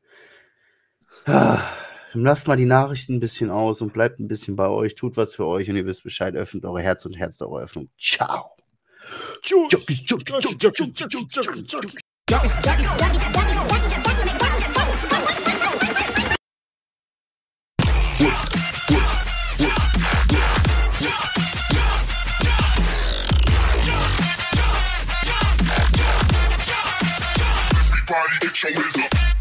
Lasst mal die Nachrichten ein bisschen aus und bleibt ein bisschen bei euch. Tut was für euch und ihr wisst Bescheid. Öffnet eure Herz und Herz der Öffnung. Ciao. Junkies. Everybody get your hands up.